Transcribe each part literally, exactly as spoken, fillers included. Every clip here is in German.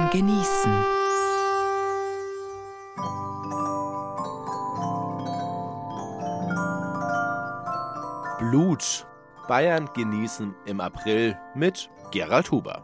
Bayern genießen. Blut. Bayern genießen im April mit Gerald Huber.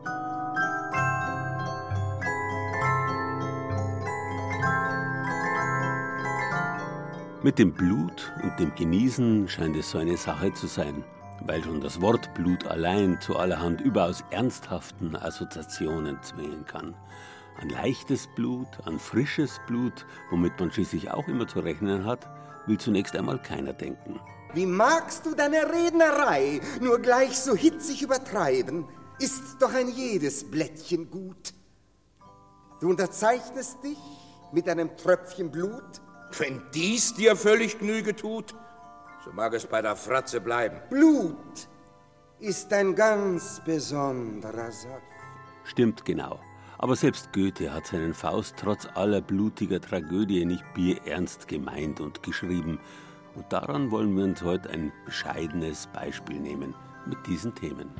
Mit dem Blut und dem Genießen scheint es so eine Sache zu sein, weil schon das Wort Blut allein zu allerhand überaus ernsthaften Assoziationen zwingen kann. An leichtes Blut, an frisches Blut, womit man schließlich auch immer zu rechnen hat, will zunächst einmal keiner denken. Wie magst du deine Rednerei nur gleich so hitzig übertreiben? Ist doch ein jedes Blättchen gut. Du unterzeichnest dich mit einem Tröpfchen Blut? Wenn dies dir völlig Genüge tut, so mag es bei der Fratze bleiben. Blut ist ein ganz besonderer Saft. Stimmt genau. Aber selbst Goethe hat seinen Faust trotz aller blutiger Tragödie nicht bierernst gemeint und geschrieben. Und daran wollen wir uns heute ein bescheidenes Beispiel nehmen mit diesen Themen.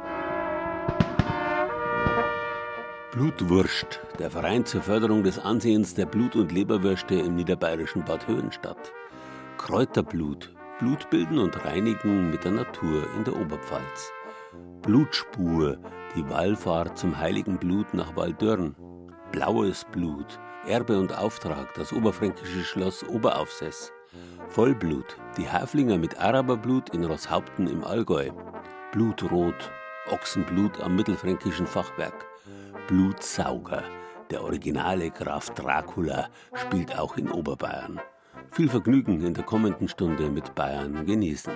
Blutwurst, der Verein zur Förderung des Ansehens der Blut- und Leberwürste im niederbayerischen Bad Höhenstadt. Kräuterblut, Blut bilden und reinigen mit der Natur in der Oberpfalz. Blutspur, die Wallfahrt zum heiligen Blut nach Waldürn. Blaues Blut, Erbe und Auftrag, das oberfränkische Schloss Oberaufseß. Vollblut, die Haflinger mit Araberblut in Rosshaupten im Allgäu. Blutrot, Ochsenblut am mittelfränkischen Fachwerk. Blutsauger, der originale Graf Dracula, spielt auch in Oberbayern. Viel Vergnügen in der kommenden Stunde mit Bayern genießen.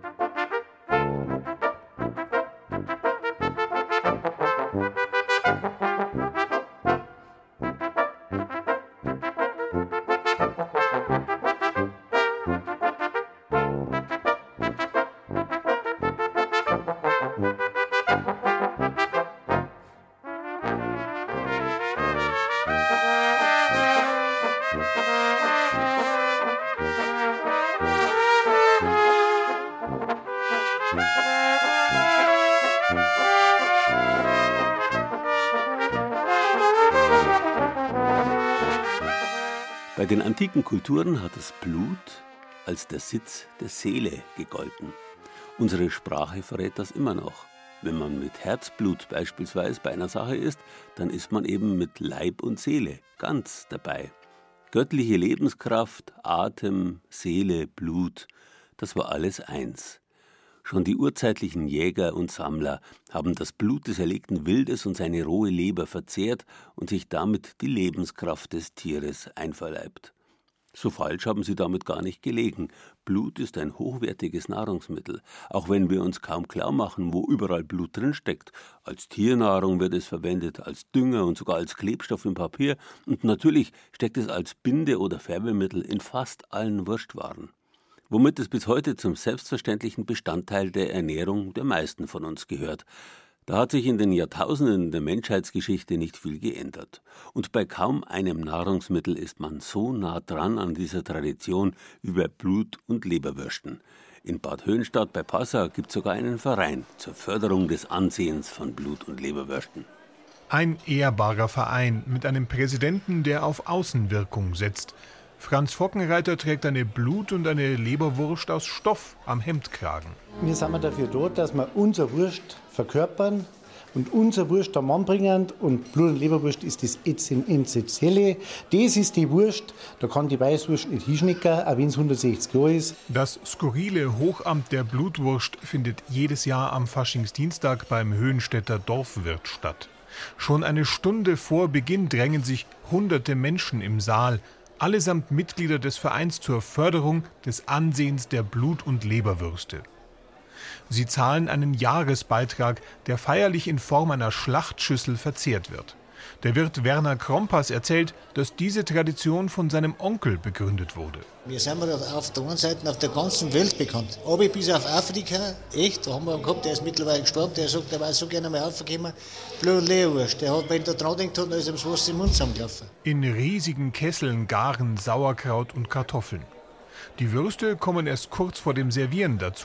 Bei den antiken Kulturen hat das Blut als der Sitz der Seele gegolten. Unsere Sprache verrät das immer noch. Wenn man mit Herzblut beispielsweise bei einer Sache ist, dann ist man eben mit Leib und Seele ganz dabei. Göttliche Lebenskraft, Atem, Seele, Blut, das war alles eins. Schon die urzeitlichen Jäger und Sammler haben das Blut des erlegten Wildes und seine rohe Leber verzehrt und sich damit die Lebenskraft des Tieres einverleibt. So falsch haben sie damit gar nicht gelegen. Blut ist ein hochwertiges Nahrungsmittel, auch wenn wir uns kaum klar machen, wo überall Blut drinsteckt. Als Tiernahrung wird es verwendet, als Dünger und sogar als Klebstoff im Papier. Und natürlich steckt es als Binde- oder Färbemittel in fast allen Wurstwaren. Womit es bis heute zum selbstverständlichen Bestandteil der Ernährung der meisten von uns gehört. Da hat sich in den Jahrtausenden der Menschheitsgeschichte nicht viel geändert. Und bei kaum einem Nahrungsmittel ist man so nah dran an dieser Tradition wie bei Blut- und Leberwürsten. In Bad Höhenstadt bei Passau gibt es sogar einen Verein zur Förderung des Ansehens von Blut- und Leberwürsten. Ein ehrbarer Verein mit einem Präsidenten, der auf Außenwirkung setzt. Franz Fockenreiter trägt eine Blut- und eine Leberwurst aus Stoff am Hemdkragen. Wir sind dafür da, dass wir unsere Wurst verkörpern und unsere Wurst am Mann bringen. Und Blut- und Leberwurst ist das Essentielle. Das ist die Wurst, da kann die Weißwurst nicht hinschnicken, auch wenn es hundertsechzig Jahre ist. Das skurrile Hochamt der Blutwurst findet jedes Jahr am Faschingsdienstag beim Höhenstädter Dorfwirt statt. Schon eine Stunde vor Beginn drängen sich hunderte Menschen im Saal, allesamt Mitglieder des Vereins zur Förderung des Ansehens der Blut- und Leberwürste. Sie zahlen einen Jahresbeitrag, der feierlich in Form einer Schlachtschüssel verzehrt wird. Der Wirt Werner Krompas erzählt, dass diese Tradition von seinem Onkel begründet wurde. Wir sind auf der einen Seite auf der ganzen Welt bekannt. Aber bis auf Afrika, echt, da haben wir einen gehabt, der ist mittlerweile gestorben, der sagt, der war so gerne mal aufgekommen. Blut- und Leberwurst, der hat, wenn der dran denkt, hat, ist ihm das Wasser im Mund zusammengelaufen. In riesigen Kesseln garen Sauerkraut und Kartoffeln. Die Würste kommen erst kurz vor dem Servieren dazu.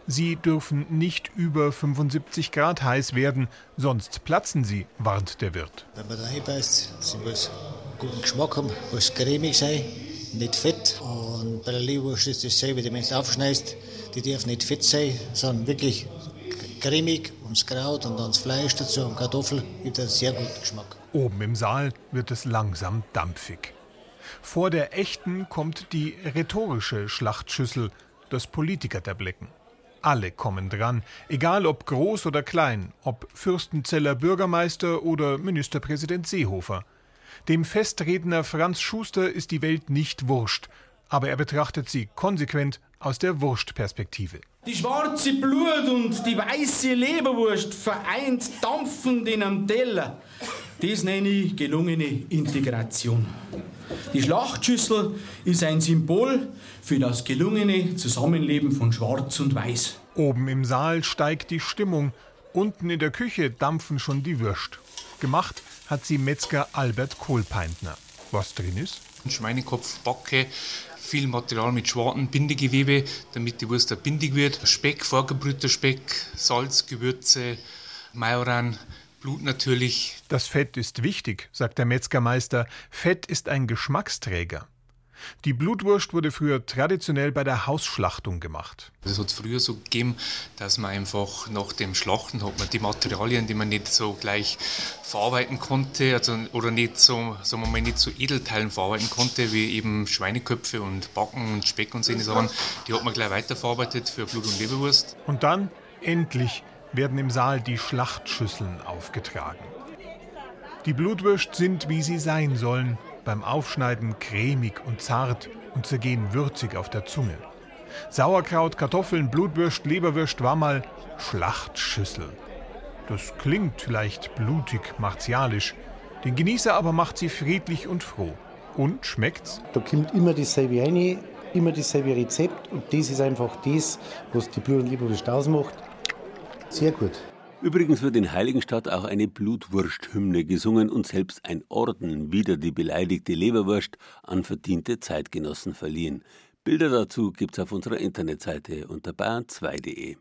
Sie dürfen nicht über fünfundsiebzig Grad heiß werden, sonst platzen sie, warnt der Wirt. Wenn man da reinbeißt, sie muss guten Geschmack haben, muss cremig sein, nicht fett. Und bei der Leberwurst ist das dasselbe, wenn du es aufschneidest, die darf nicht fett sein, sondern wirklich cremig und das Kraut und dann das Fleisch dazu und Kartoffeln, gibt einen sehr guten Geschmack. Oben im Saal wird es langsam dampfig. Vor der echten kommt die rhetorische Schlachtschüssel, das Politikertablecken. Alle kommen dran, egal ob groß oder klein, ob Fürstenzeller Bürgermeister oder Ministerpräsident Seehofer. Dem Festredner Franz Schuster ist die Welt nicht wurscht, aber er betrachtet sie konsequent aus der Wurstperspektive. Die schwarze Blut und die weiße Leberwurst vereint dampfend in einem Teller. Das nenne ich gelungene Integration. Die Schlachtschüssel ist ein Symbol für das gelungene Zusammenleben von Schwarz und Weiß. Oben im Saal steigt die Stimmung. Unten in der Küche dampfen schon die Würst. Gemacht hat sie Metzger Albert Kohlpeintner. Was drin ist? Ein Schweinekopf, Backe, viel Material mit schwarzen Bindegewebe, damit die Wurst bindig wird. Speck, vorgebrühter Speck, Salz, Gewürze, Majoran, Blut natürlich. Das Fett ist wichtig, sagt der Metzgermeister. Fett ist ein Geschmacksträger. Die Blutwurst wurde früher traditionell bei der Hausschlachtung gemacht. Es hat früher so gegeben, dass man einfach nach dem Schlachten hat man die Materialien, die man nicht so gleich verarbeiten konnte, also oder nicht so, sagen wir mal, nicht so Edelteilen verarbeiten konnte, wie eben Schweineköpfe und Backen und Speck und so Sachen. Die hat man gleich weiterverarbeitet für Blut- und Leberwurst. Und dann, endlich, werden im Saal die Schlachtschüsseln aufgetragen. Die Blutwürst sind, wie sie sein sollen, beim Aufschneiden cremig und zart und zergehen würzig auf der Zunge. Sauerkraut, Kartoffeln, Blutwürst, Leberwürst war mal Schlachtschüssel. Das klingt vielleicht blutig, martialisch, den Genießer aber macht sie friedlich und froh. Und schmeckt's? Da kommt immer dasselbe rein, immer dasselbe Rezept und das ist einfach das, was die Blut- und Leberwurst ausmacht. Sehr gut. Übrigens wird in Heiligenstadt auch eine Blutwursthymne gesungen und selbst ein Orden wider die beleidigte Leberwurst an verdiente Zeitgenossen verliehen. Bilder dazu gibt's auf unserer Internetseite unter bayern zwei punkt de.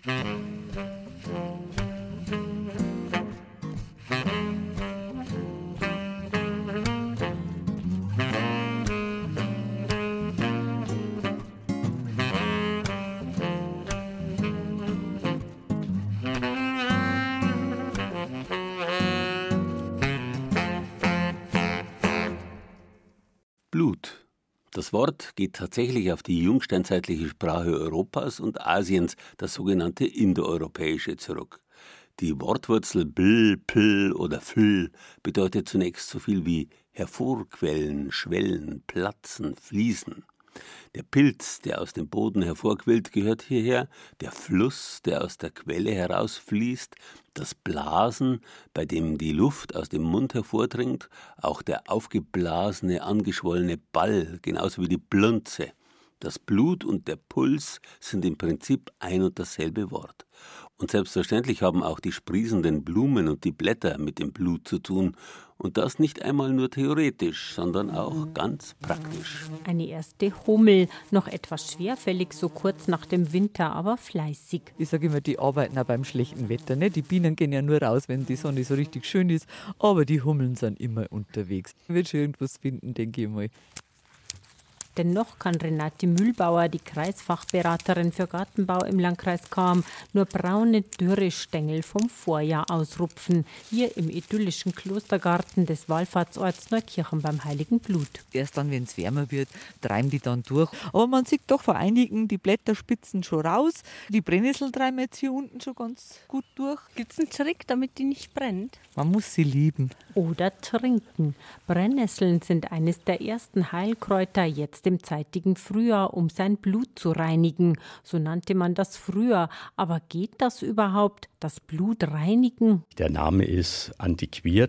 Blut. Das Wort geht tatsächlich auf die jungsteinzeitliche Sprache Europas und Asiens, das sogenannte Indoeuropäische, zurück. Die Wortwurzel bl, pl oder fl bedeutet zunächst so viel wie hervorquellen, schwellen, platzen, fließen. Der Pilz, der aus dem Boden hervorquillt, gehört hierher, der Fluss, der aus der Quelle herausfließt, das Blasen, bei dem die Luft aus dem Mund hervordringt, auch der aufgeblasene, angeschwollene Ball, genauso wie die Blunze. Das Blut und der Puls sind im Prinzip ein und dasselbe Wort. Und selbstverständlich haben auch die sprießenden Blumen und die Blätter mit dem Blut zu tun. Und das nicht einmal nur theoretisch, sondern auch ganz praktisch. Eine erste Hummel, noch etwas schwerfällig, so kurz nach dem Winter, aber fleißig. Ich sage immer, die arbeiten auch beim schlechten Wetter. Ne? Die Bienen gehen ja nur raus, wenn die Sonne so richtig schön ist. Aber die Hummeln sind immer unterwegs. Ich will schon irgendwas finden, denke ich mal. Dennoch kann Renate Mühlbauer, die Kreisfachberaterin für Gartenbau im Landkreis Cham, nur braune, dürre Stängel vom Vorjahr ausrupfen. Hier im idyllischen Klostergarten des Wallfahrtsorts Neukirchen beim Heiligen Blut. Erst dann, wenn es wärmer wird, treiben die dann durch. Aber man sieht doch vor einigen die Blätterspitzen schon raus. Die Brennnessel treiben jetzt hier unten schon ganz gut durch. Gibt es einen Trick, damit die nicht brennt? Man muss sie lieben. Oder trinken. Brennnesseln sind eines der ersten Heilkräuter jetzt im zeitigen Frühjahr, um sein Blut zu reinigen. So nannte man das früher. Aber geht das überhaupt, das Blut reinigen? Der Name ist antiquiert.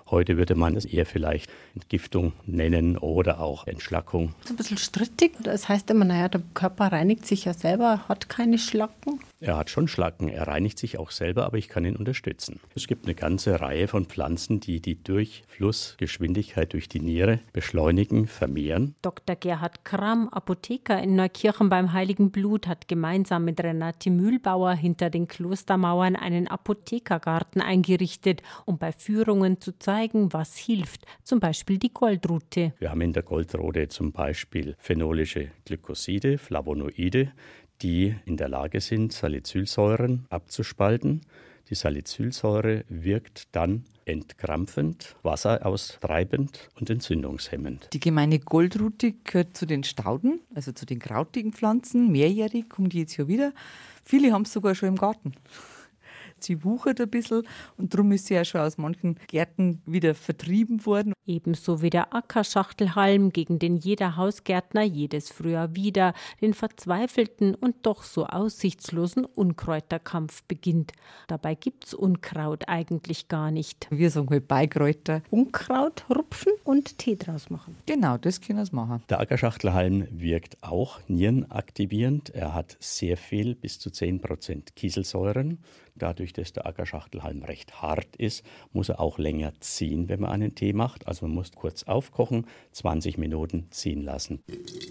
Heute würde man es eher vielleicht Entgiftung nennen oder auch Entschlackung. Das ist ein bisschen strittig. Das heißt immer, naja, der Körper reinigt sich ja selber, hat keine Schlacken. Er hat schon Schlacken, er reinigt sich auch selber, aber ich kann ihn unterstützen. Es gibt eine ganze Reihe von Pflanzen, die die Durchflussgeschwindigkeit durch die Niere beschleunigen, vermehren. Doktor Gerhard Kramm, Apotheker in Neukirchen beim Heiligen Blut, hat gemeinsam mit Renate Mühlbauer hinter den Klostermauern einen Apothekergarten eingerichtet, um bei Führungen zu zeigen, was hilft. Zum Beispiel die Goldrute. Wir haben in der Goldrute zum Beispiel phenolische Glykoside, Flavonoide, die in der Lage sind, Salicylsäuren abzuspalten. Die Salicylsäure wirkt dann entkrampfend, wasseraustreibend und entzündungshemmend. Die gemeine Goldrute gehört zu den Stauden, also zu den krautigen Pflanzen. Mehrjährig kommt die jetzt ja wieder. Viele haben es sogar schon im Garten. Sie wuchert ein bisschen und darum ist sie ja schon aus manchen Gärten wieder vertrieben worden. Ebenso wie der Ackerschachtelhalm, gegen den jeder Hausgärtner jedes Frühjahr wieder den verzweifelten und doch so aussichtslosen Unkräuterkampf beginnt. Dabei gibt's Unkraut eigentlich gar nicht. Wir sagen halt Beikräuter. Unkraut rupfen und Tee draus machen. Genau, das können wir machen. Der Ackerschachtelhalm wirkt auch nierenaktivierend. Er hat sehr viel, bis zu zehn Prozent Kieselsäuren. Dadurch, dass der Ackerschachtelhalm recht hart ist, muss er auch länger ziehen, wenn man einen Tee macht. Also man muss kurz aufkochen, zwanzig Minuten ziehen lassen.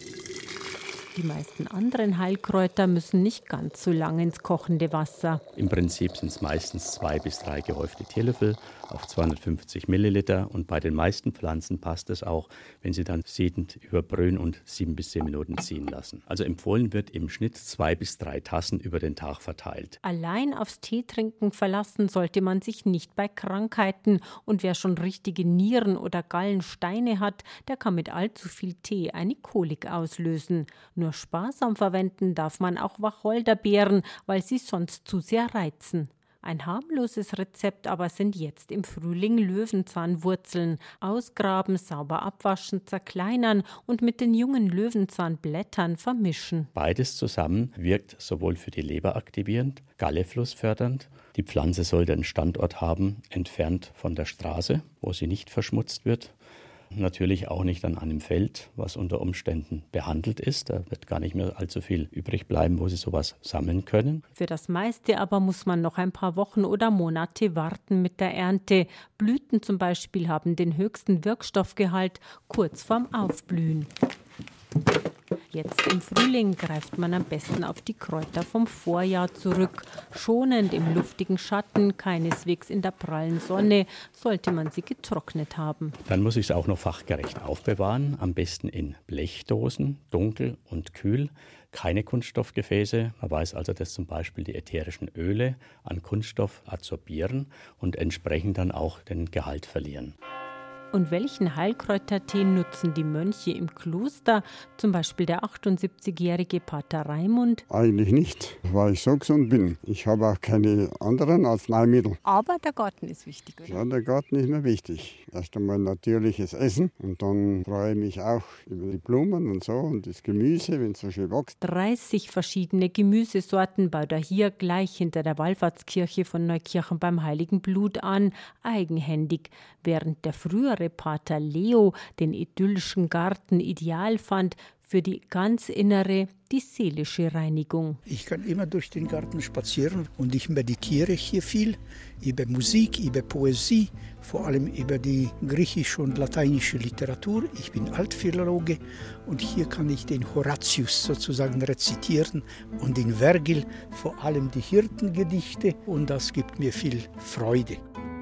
Die meisten anderen Heilkräuter müssen nicht ganz so lang ins kochende Wasser. Im Prinzip sind es meistens zwei bis drei gehäufte Teelöffel auf zweihundertfünfzig Milliliter. Und bei den meisten Pflanzen passt es auch, wenn sie dann siedend überbrühen und sieben bis zehn Minuten ziehen lassen. Also empfohlen wird im Schnitt zwei bis drei Tassen über den Tag verteilt. Allein aufs Teetrinken verlassen sollte man sich nicht bei Krankheiten. Und wer schon richtige Nieren- oder Gallensteine hat, der kann mit allzu viel Tee eine Kolik auslösen. Nur sparsam verwenden darf man auch Wacholderbeeren, weil sie sonst zu sehr reizen. Ein harmloses Rezept aber sind jetzt im Frühling Löwenzahnwurzeln. Ausgraben, sauber abwaschen, zerkleinern und mit den jungen Löwenzahnblättern vermischen. Beides zusammen wirkt sowohl für die Leber aktivierend, Gallefluss fördernd. Die Pflanze sollte einen Standort haben, entfernt von der Straße, wo sie nicht verschmutzt wird. Natürlich auch nicht an einem Feld, was unter Umständen behandelt ist. Da wird gar nicht mehr allzu viel übrig bleiben, wo Sie sowas sammeln können. Für das meiste aber muss man noch ein paar Wochen oder Monate warten mit der Ernte. Blüten zum Beispiel haben den höchsten Wirkstoffgehalt kurz vorm Aufblühen. Jetzt im Frühling greift man am besten auf die Kräuter vom Vorjahr zurück. Schonend im luftigen Schatten, keineswegs in der prallen Sonne, sollte man sie getrocknet haben. Dann muss ich es auch noch fachgerecht aufbewahren, am besten in Blechdosen, dunkel und kühl. Keine Kunststoffgefäße. Man weiß also, dass zum Beispiel die ätherischen Öle an Kunststoff adsorbieren und entsprechend dann auch den Gehalt verlieren. Und welchen Heilkräutertee nutzen die Mönche im Kloster? Zum Beispiel der achtundsiebzigjährige Pater Raimund. Eigentlich nicht, weil ich so gesund bin. Ich habe auch keine anderen Arzneimittel. Aber der Garten ist wichtig, oder? Ja, der Garten ist mir wichtig. Erst einmal natürliches Essen und dann freue ich mich auch über die Blumen und so und das Gemüse, wenn es so schön wächst. dreißig verschiedene Gemüsesorten baut er hier gleich hinter der Wallfahrtskirche von Neukirchen beim Heiligen Blut an, eigenhändig, während der frühere Pater Leo den idyllischen Garten ideal fand für die ganz innere, die seelische Reinigung. Ich kann immer durch den Garten spazieren und ich meditiere hier viel über Musik, über Poesie, vor allem über die griechische und lateinische Literatur. Ich bin Altphilologe und hier kann ich den Horatius sozusagen rezitieren und den Vergil, vor allem die Hirtengedichte, und das gibt mir viel Freude.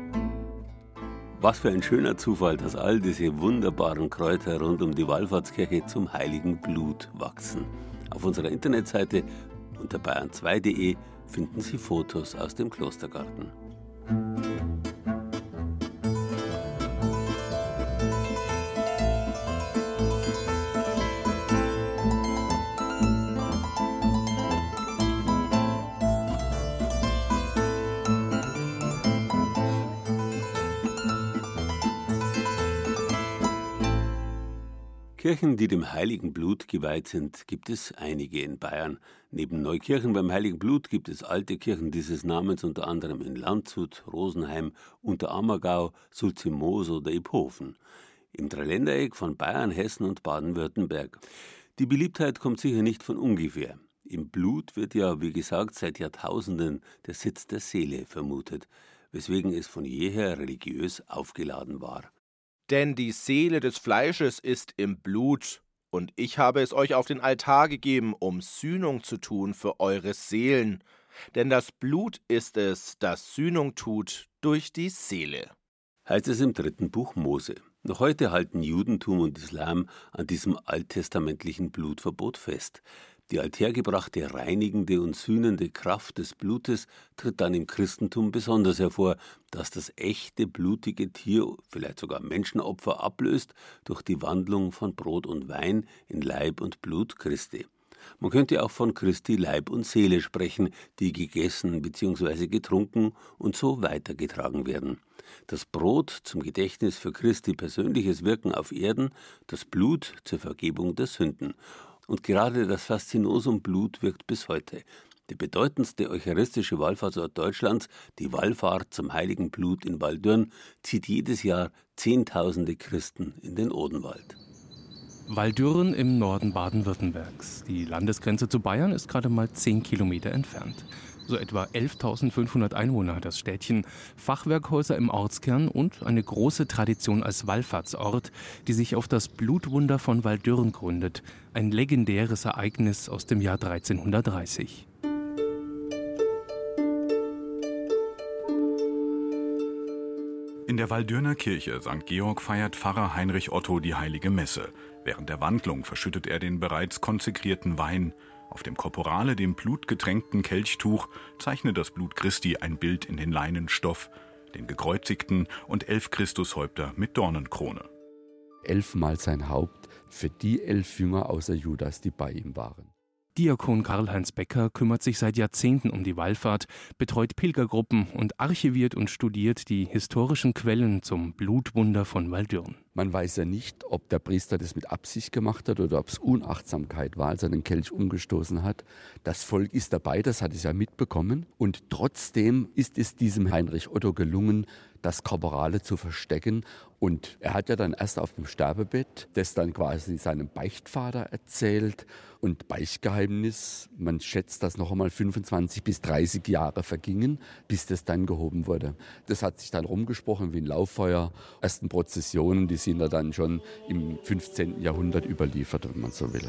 Was für ein schöner Zufall, dass all diese wunderbaren Kräuter rund um die Wallfahrtskirche zum Heiligen Blut wachsen. Auf unserer Internetseite unter bayern zwei punkt de finden Sie Fotos aus dem Klostergarten. Kirchen, die dem Heiligen Blut geweiht sind, gibt es einige in Bayern. Neben Neukirchen beim Heiligen Blut gibt es alte Kirchen dieses Namens, unter anderem in Landshut, Rosenheim, Unterammergau, Sulzimoos oder Iphofen. Im Dreiländereck von Bayern, Hessen und Baden-Württemberg. Die Beliebtheit kommt sicher nicht von ungefähr. Im Blut wird ja, wie gesagt, seit Jahrtausenden der Sitz der Seele vermutet, weswegen es von jeher religiös aufgeladen war. Denn die Seele des Fleisches ist im Blut, und ich habe es euch auf den Altar gegeben, um Sühnung zu tun für eure Seelen. Denn das Blut ist es, das Sühnung tut durch die Seele. Heißt es im dritten Buch Mose. Noch heute halten Judentum und Islam an diesem alttestamentlichen Blutverbot fest. Die althergebrachte reinigende und sühnende Kraft des Blutes tritt dann im Christentum besonders hervor, das das echte, blutige Tier, vielleicht sogar Menschenopfer, ablöst durch die Wandlung von Brot und Wein in Leib und Blut Christi. Man könnte auch von Christi Leib und Seele sprechen, die gegessen bzw. getrunken und so weitergetragen werden. Das Brot zum Gedächtnis für Christi persönliches Wirken auf Erden, das Blut zur Vergebung der Sünden. Und gerade das Faszinosum Blut wirkt bis heute. Der bedeutendste eucharistische Wallfahrtsort Deutschlands, die Wallfahrt zum Heiligen Blut in Waldürn, zieht jedes Jahr Zehntausende Christen in den Odenwald. Waldürn im Norden Baden-Württembergs. Die Landesgrenze zu Bayern ist gerade mal zehn Kilometer entfernt. So etwa elftausendfünfhundert Einwohner hat das Städtchen, Fachwerkhäuser im Ortskern und eine große Tradition als Wallfahrtsort, die sich auf das Blutwunder von Waldürn gründet. Ein legendäres Ereignis aus dem Jahr dreizehnhundertdreißig. In der Waldürner Kirche Sankt Georg feiert Pfarrer Heinrich Otto die heilige Messe. Während der Wandlung verschüttet er den bereits konsekrierten Wein. Auf dem Korporale, dem blutgetränkten Kelchtuch, zeichnet das Blut Christi ein Bild in den Leinenstoff, den Gekreuzigten und elf Christushäupter mit Dornenkrone. Elfmal sein Haupt für die elf Jünger außer Judas, die bei ihm waren. Diakon Karl-Heinz Becker kümmert sich seit Jahrzehnten um die Wallfahrt, betreut Pilgergruppen und archiviert und studiert die historischen Quellen zum Blutwunder von Waldürn. Man weiß ja nicht, ob der Priester das mit Absicht gemacht hat oder ob es Unachtsamkeit war, als er den Kelch umgestoßen hat. Das Volk ist dabei, das hat es ja mitbekommen. Und trotzdem ist es diesem Heinrich Otto gelungen, das Korporale zu verstecken. Und er hat ja dann erst auf dem Sterbebett das dann quasi seinem Beichtvater erzählt. Und Beichtgeheimnis, man schätzt, dass noch einmal fünfundzwanzig bis dreißig Jahre vergingen, bis das dann gehoben wurde. Das hat sich dann rumgesprochen wie ein Lauffeuer. Ersten Prozessionen, die sind ja dann schon im fünfzehnten Jahrhundert überliefert, wenn man so will.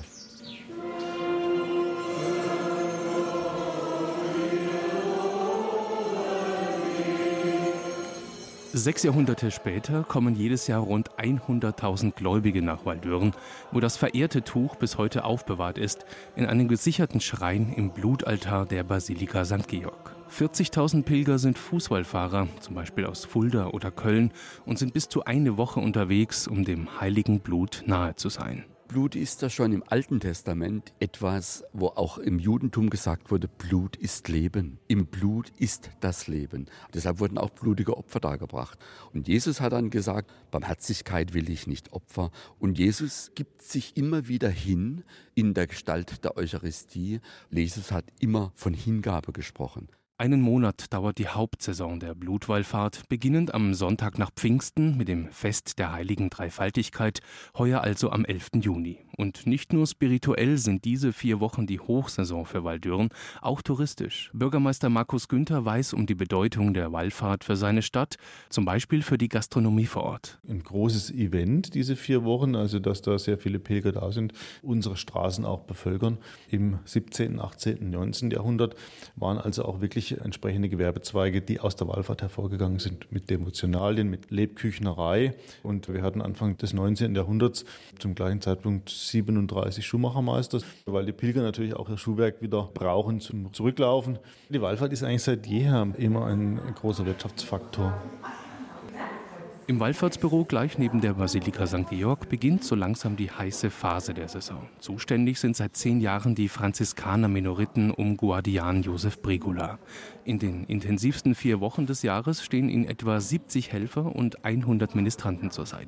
Sechs Jahrhunderte später kommen jedes Jahr rund hunderttausend Gläubige nach Waldürn, wo das verehrte Tuch bis heute aufbewahrt ist, in einem gesicherten Schrein im Blutaltar der Basilika Sankt Georg. vierzigtausend Pilger sind Fußwallfahrer, zum Beispiel aus Fulda oder Köln, und sind bis zu eine Woche unterwegs, um dem heiligen Blut nahe zu sein. Blut ist ja schon im Alten Testament etwas, wo auch im Judentum gesagt wurde, Blut ist Leben. Im Blut ist das Leben. Deshalb wurden auch blutige Opfer dargebracht. Und Jesus hat dann gesagt, Barmherzigkeit will ich nicht Opfer. Und Jesus gibt sich immer wieder hin in der Gestalt der Eucharistie. Jesus hat immer von Hingabe gesprochen. Einen Monat dauert die Hauptsaison der Blutwallfahrt, beginnend am Sonntag nach Pfingsten mit dem Fest der Heiligen Dreifaltigkeit, heuer also am elften Juni. Und nicht nur spirituell sind diese vier Wochen die Hochsaison für Waldürn, auch touristisch. Bürgermeister Markus Günther weiß um die Bedeutung der Wallfahrt für seine Stadt, zum Beispiel für die Gastronomie vor Ort. Ein großes Event, diese vier Wochen, also dass da sehr viele Pilger da sind, unsere Straßen auch bevölkern. Im siebzehnten, achtzehnten, neunzehnten Jahrhundert waren also auch wirklich entsprechende Gewerbezweige, die aus der Wallfahrt hervorgegangen sind, mit Devotionalien, mit Lebküchenerei. Und wir hatten Anfang des neunzehnten Jahrhunderts zum gleichen Zeitpunkt siebenunddreißig Schuhmachermeister, weil die Pilger natürlich auch ihr Schuhwerk wieder brauchen zum Zurücklaufen. Die Wallfahrt ist eigentlich seit jeher immer ein großer Wirtschaftsfaktor. Im Wallfahrtsbüro gleich neben der Basilika Sankt Georg beginnt so langsam die heiße Phase der Saison. Zuständig sind seit zehn Jahren die Franziskaner-Minoriten um Guardian Josef Brigula. In den intensivsten vier Wochen des Jahres stehen ihnen etwa siebzig Helfer und hundert Ministranten zur Seite.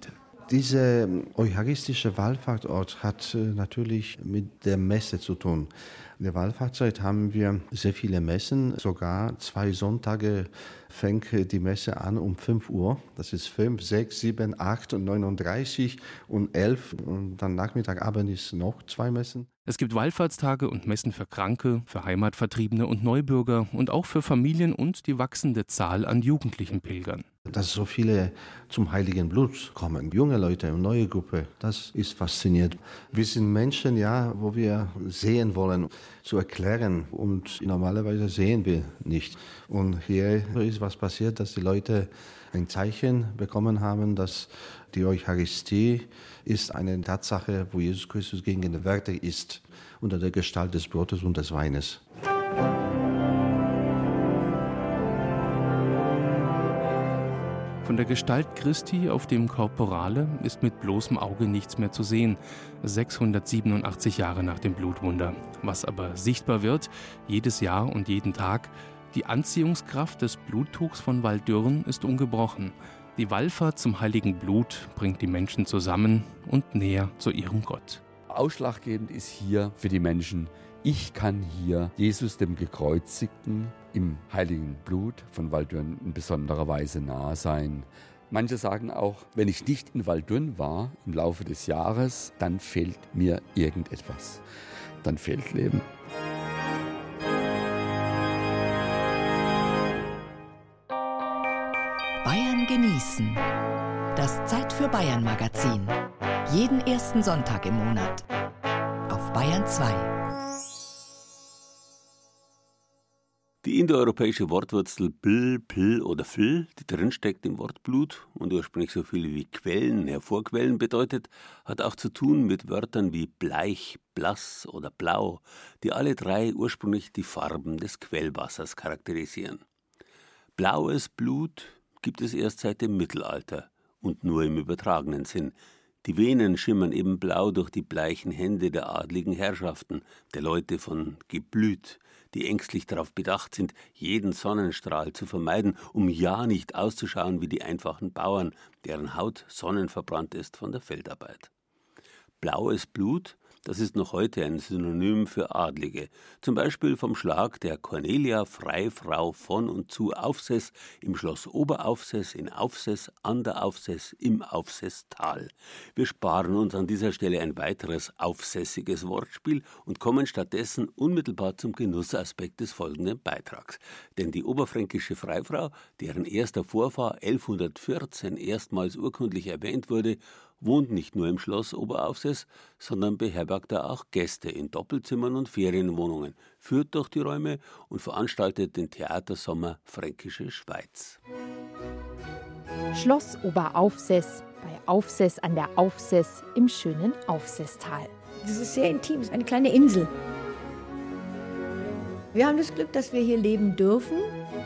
Dieser eucharistische Wallfahrtsort hat natürlich mit der Messe zu tun. In der Wallfahrtszeit haben wir sehr viele Messen, sogar zwei Sonntage fängt die Messe an um fünf Uhr. Das ist fünf, sechs, sieben, acht und neununddreißig und elf. Und dann Nachmittagabend ist noch zwei Messen. Es gibt Wallfahrtstage und Messen für Kranke, für Heimatvertriebene und Neubürger und auch für Familien und die wachsende Zahl an jugendlichen Pilgern. Dass so viele zum Heiligen Blut kommen, junge Leute und neue Gruppe, das ist faszinierend. Wir sind Menschen, ja, wo wir sehen wollen, zu erklären und normalerweise sehen wir nicht. Und hier ist was passiert, dass die Leute ein Zeichen bekommen haben, dass die Eucharistie ist eine Tatsache, wo Jesus Christus gegenwärtig ist, unter der Gestalt des Brotes und des Weines. Von der Gestalt Christi auf dem Korporale ist mit bloßem Auge nichts mehr zu sehen, sechshundertsiebenundachtzig Jahre nach dem Blutwunder. Was aber sichtbar wird, jedes Jahr und jeden Tag, die Anziehungskraft des Bluttuchs von Walldürn ist ungebrochen. Die Wallfahrt zum heiligen Blut bringt die Menschen zusammen und näher zu ihrem Gott. Ausschlaggebend ist hier für die Menschen, ich kann hier Jesus dem Gekreuzigten im heiligen Blut von Walldürn in besonderer Weise nahe sein. Manche sagen auch, wenn ich nicht in Walldürn war im Laufe des Jahres, dann fehlt mir irgendetwas. Dann fehlt Leben. Bayern genießen. Das Zeit für Bayern Magazin. Jeden ersten Sonntag im Monat. Auf Bayern zwei. Die indoeuropäische Wortwurzel bl, pl oder fl, die drinsteckt im Wort Blut und ursprünglich so viel wie Quellen, hervorquellen bedeutet, hat auch zu tun mit Wörtern wie bleich, blass oder blau, die alle drei ursprünglich die Farben des Quellwassers charakterisieren. Blaues Blut gibt es erst seit dem Mittelalter und nur im übertragenen Sinn. Die Venen schimmern eben blau durch die bleichen Hände der adligen Herrschaften, der Leute von Geblüt, die ängstlich darauf bedacht sind, jeden Sonnenstrahl zu vermeiden, um ja nicht auszuschauen wie die einfachen Bauern, deren Haut sonnenverbrannt ist von der Feldarbeit. Blaues Blut, das ist noch heute ein Synonym für Adlige, zum Beispiel vom Schlag der Cornelia Freifrau von und zu Aufseß im Schloss Oberaufseß, in Aufseß, an der Aufseß, im Aufseßtal. Wir sparen uns an dieser Stelle ein weiteres aufsässiges Wortspiel und kommen stattdessen unmittelbar zum Genussaspekt des folgenden Beitrags. Denn die oberfränkische Freifrau, deren erster Vorfahr elfhundertvierzehn erstmals urkundlich erwähnt wurde, wohnt nicht nur im Schloss Oberaufseß, sondern beherbergt da auch Gäste in Doppelzimmern und Ferienwohnungen, führt durch die Räume und veranstaltet den Theatersommer Fränkische Schweiz. Schloss Oberaufseß, bei Aufseß an der Aufseß im schönen Aufseßtal. Das ist sehr intim, es ist eine kleine Insel. Wir haben das Glück, dass wir hier leben dürfen.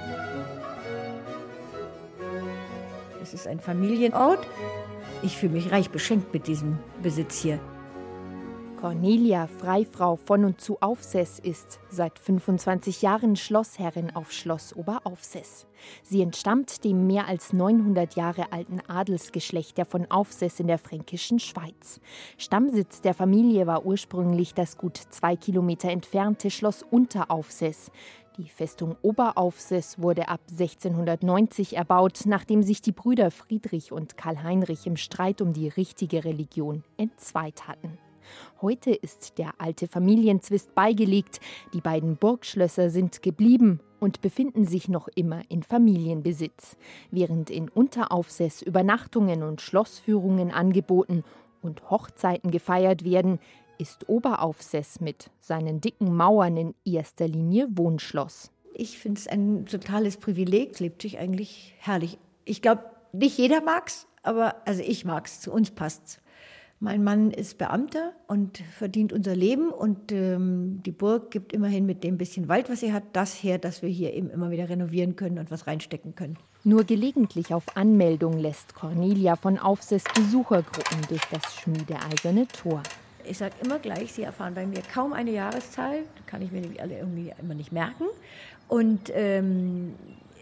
Es ist ein Familienort. Ich fühle mich reich beschenkt mit diesem Besitz hier. Cornelia Freifrau von und zu Aufseß ist seit fünfundzwanzig Jahren Schlossherrin auf Schloss Oberaufseß. Sie entstammt dem mehr als neunhundert Jahre alten Adelsgeschlecht der von Aufseß in der fränkischen Schweiz. Stammsitz der Familie war ursprünglich das gut zwei Kilometer entfernte Schloss Unteraufseß. Die Festung Oberaufseß wurde ab sechzehnhundertneunzig erbaut, nachdem sich die Brüder Friedrich und Karl Heinrich im Streit um die richtige Religion entzweit hatten. Heute ist der alte Familienzwist beigelegt. Die beiden Burgschlösser sind geblieben und befinden sich noch immer in Familienbesitz. Während in Unteraufseß Übernachtungen und Schlossführungen angeboten und Hochzeiten gefeiert werden, ist Oberaufseß mit seinen dicken Mauern in erster Linie Wohnschloss. Ich finde es ein totales Privileg, es lebt sich eigentlich herrlich. Ich glaube, nicht jeder mag's, aber also ich mag's, zu uns passt's. Mein Mann ist Beamter und verdient unser Leben und ähm, die Burg gibt immerhin mit dem bisschen Wald, was sie hat, das her, dass wir hier eben immer wieder renovieren können und was reinstecken können. Nur gelegentlich auf Anmeldung lässt Cornelia von Aufseß Besuchergruppen durch das schmiedeeiserne Tor. Ich sage immer gleich, Sie erfahren bei mir kaum eine Jahreszahl, kann ich mir nämlich alle irgendwie immer nicht merken. Und ähm,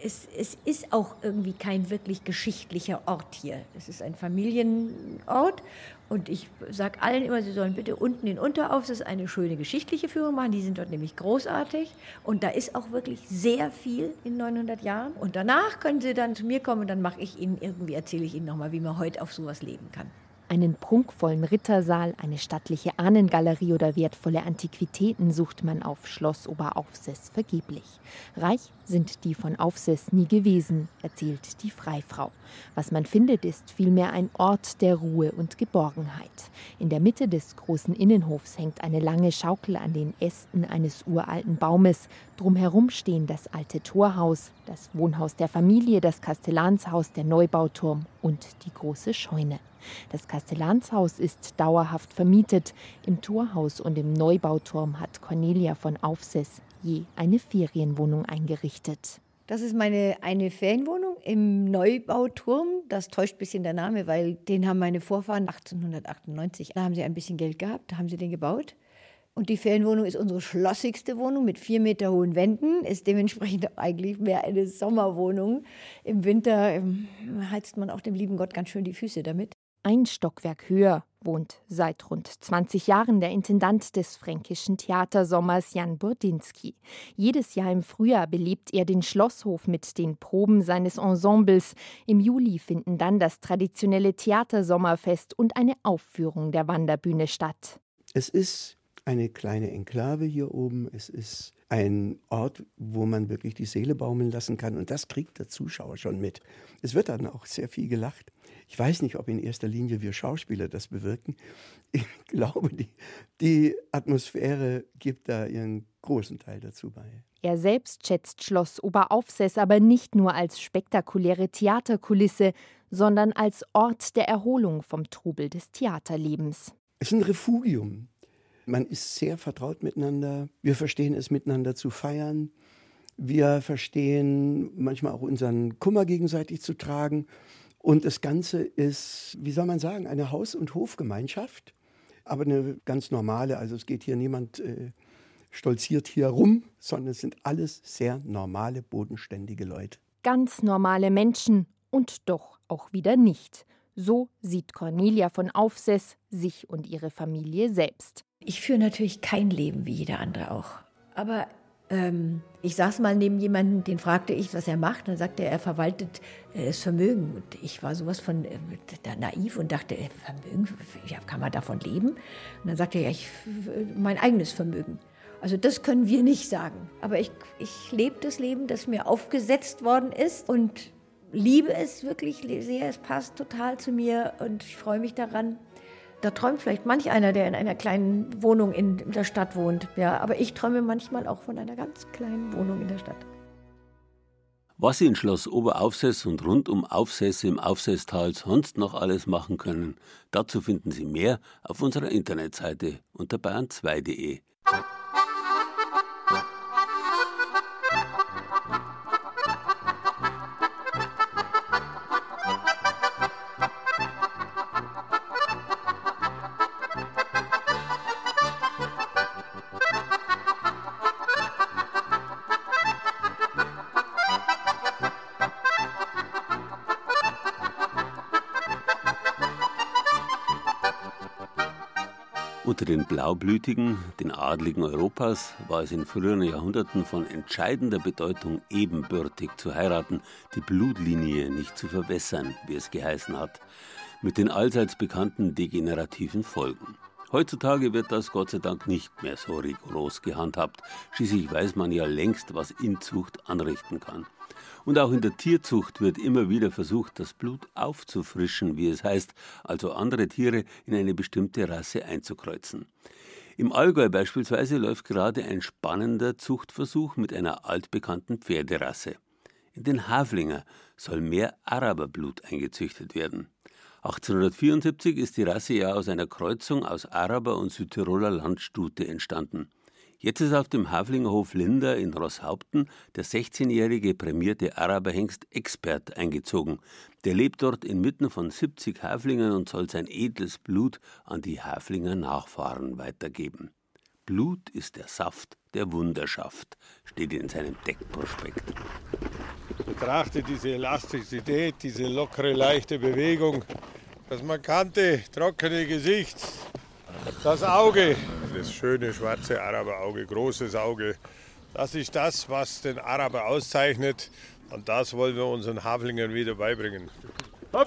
es, es ist auch irgendwie kein wirklich geschichtlicher Ort hier. Es ist ein Familienort und ich sage allen immer, sie sollen bitte unten in Unteraufsess eine schöne geschichtliche Führung machen. Die sind dort nämlich großartig und da ist auch wirklich sehr viel in neunhundert Jahren. Und danach können sie dann zu mir kommen und dann mache ich ihnen irgendwie, erzähle ich ihnen nochmal, wie man heute auf sowas leben kann. Einen prunkvollen Rittersaal, eine stattliche Ahnengalerie oder wertvolle Antiquitäten sucht man auf Schloss Oberaufsess vergeblich. Reich sind die von Aufsess nie gewesen, erzählt die Freifrau. Was man findet, ist vielmehr ein Ort der Ruhe und Geborgenheit. In der Mitte des großen Innenhofs hängt eine lange Schaukel an den Ästen eines uralten Baumes. Drumherum stehen das alte Torhaus, das Wohnhaus der Familie, das Kastellanshaus, der Neubauturm und die große Scheune. Das Kastellanshaus ist dauerhaft vermietet. Im Torhaus und im Neubauturm hat Cornelia von Aufsess je eine Ferienwohnung eingerichtet. Das ist meine eine Ferienwohnung im Neubauturm. Das täuscht ein bisschen der Name, weil den haben meine Vorfahren achtzehnhundertachtundneunzig. Da haben sie ein bisschen Geld gehabt, da haben sie den gebaut. Und die Ferienwohnung ist unsere schlossigste Wohnung mit vier Meter hohen Wänden, ist dementsprechend eigentlich mehr eine Sommerwohnung. Im Winter ähm, heizt man auch dem lieben Gott ganz schön die Füße damit. Ein Stockwerk höher wohnt seit rund zwanzig Jahren der Intendant des Fränkischen Theatersommers Jan Burdinski. Jedes Jahr im Frühjahr belebt er den Schlosshof mit den Proben seines Ensembles. Im Juli finden dann das traditionelle Theatersommerfest und eine Aufführung der Wanderbühne statt. Es ist eine kleine Enklave hier oben. Es ist ein Ort, wo man wirklich die Seele baumeln lassen kann. Und das kriegt der Zuschauer schon mit. Es wird dann auch sehr viel gelacht. Ich weiß nicht, ob in erster Linie wir Schauspieler das bewirken. Ich glaube, die, die Atmosphäre gibt da ihren großen Teil dazu bei. Er selbst schätzt Schloss Oberaufsess aber nicht nur als spektakuläre Theaterkulisse, sondern als Ort der Erholung vom Trubel des Theaterlebens. Es ist ein Refugium. Man ist sehr vertraut miteinander. Wir verstehen es, miteinander zu feiern. Wir verstehen manchmal auch unseren Kummer gegenseitig zu tragen. Und das Ganze ist, wie soll man sagen, eine Haus- und Hofgemeinschaft. Aber eine ganz normale, also es geht hier niemand, äh, stolziert hier rum, sondern es sind alles sehr normale, bodenständige Leute. Ganz normale Menschen und doch auch wieder nicht. So sieht Cornelia von Aufsess sich und ihre Familie selbst. Ich führe natürlich kein Leben wie jeder andere auch. Aber ähm, ich saß mal neben jemandem, den fragte ich, was er macht. Dann sagte er, er verwaltet äh, das Vermögen. Und ich war sowas von äh, naiv und dachte, äh, Vermögen, ja, kann man davon leben? Und dann sagte er, ja, ich, mein eigenes Vermögen. Also das können wir nicht sagen. Aber ich, ich lebe das Leben, das mir aufgesetzt worden ist und liebe es wirklich sehr. Es passt total zu mir und ich freue mich daran. Da träumt vielleicht manch einer, der in einer kleinen Wohnung in der Stadt wohnt. Ja, aber ich träume manchmal auch von einer ganz kleinen Wohnung in der Stadt. Was Sie in Schloss Oberaufsess und rund um Aufsess im Aufsesstal sonst noch alles machen können, dazu finden Sie mehr auf unserer Internetseite unter bayern zwei punkt de. Unter den Blaublütigen, den Adligen Europas, war es in früheren Jahrhunderten von entscheidender Bedeutung, ebenbürtig zu heiraten, die Blutlinie nicht zu verwässern, wie es geheißen hat, mit den allseits bekannten degenerativen Folgen. Heutzutage wird das Gott sei Dank nicht mehr so rigoros gehandhabt. Schließlich weiß man ja längst, was Inzucht anrichten kann. Und auch in der Tierzucht wird immer wieder versucht, das Blut aufzufrischen, wie es heißt, also andere Tiere in eine bestimmte Rasse einzukreuzen. Im Allgäu beispielsweise läuft gerade ein spannender Zuchtversuch mit einer altbekannten Pferderasse. In den Haflinger soll mehr Araberblut eingezüchtet werden. achtzehnhundertvierundsiebzig ist die Rasse ja aus einer Kreuzung aus Araber und Südtiroler Landstute entstanden. Jetzt ist auf dem Haflingerhof Linder in Roßhaupten der sechzehnjährige prämierte Araberhengst Expert eingezogen. Der lebt dort inmitten von siebzig Haflingern und soll sein edles Blut an die Haflinger Nachfahren weitergeben. Blut ist der Saft, der Wunder schafft, steht in seinem Deckprospekt. Betrachte diese Elastizität, diese lockere, leichte Bewegung, das markante, trockene Gesicht, das Auge, das schöne schwarze Araberauge, großes Auge. Das ist das, was den Araber auszeichnet und das wollen wir unseren Haflingern wieder beibringen. Hopp.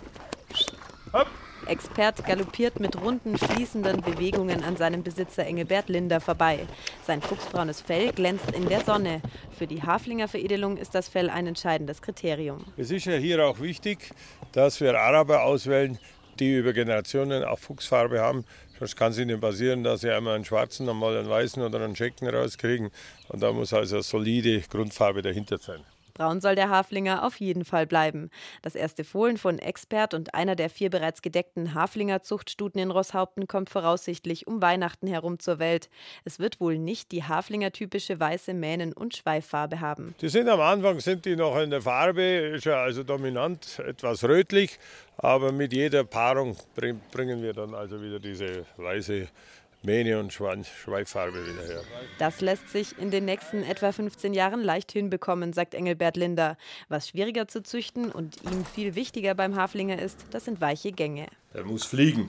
Hopp. Expert galoppiert mit runden, fließenden Bewegungen an seinem Besitzer Engelbert Linder vorbei. Sein fuchsbraunes Fell glänzt in der Sonne. Für die Haflingerveredelung ist das Fell ein entscheidendes Kriterium. Es ist ja hier auch wichtig, dass wir Araber auswählen, die über Generationen auch Fuchsfarbe haben. Sonst kann es ihnen passieren, dass sie einmal einen schwarzen, einmal einen weißen oder einen Schecken rauskriegen. Und da muss also eine solide Grundfarbe dahinter sein. Braun soll der Haflinger auf jeden Fall bleiben. Das erste Fohlen von Expert und einer der vier bereits gedeckten Haflinger-Zuchtstuten in Roßhaupten kommt voraussichtlich um Weihnachten herum zur Welt. Es wird wohl nicht die Haflinger-typische weiße Mähnen- und Schweiffarbe haben. Die sind am Anfang sind die noch in der Farbe, ist ja also dominant, etwas rötlich. Aber mit jeder Paarung bringen wir dann also wieder diese weiße Mähne und Schweiffarbe wieder her. Das lässt sich in den nächsten etwa fünfzehn Jahren leicht hinbekommen, sagt Engelbert Linder. Was schwieriger zu züchten und ihm viel wichtiger beim Haflinger ist, das sind weiche Gänge. Er muss fliegen.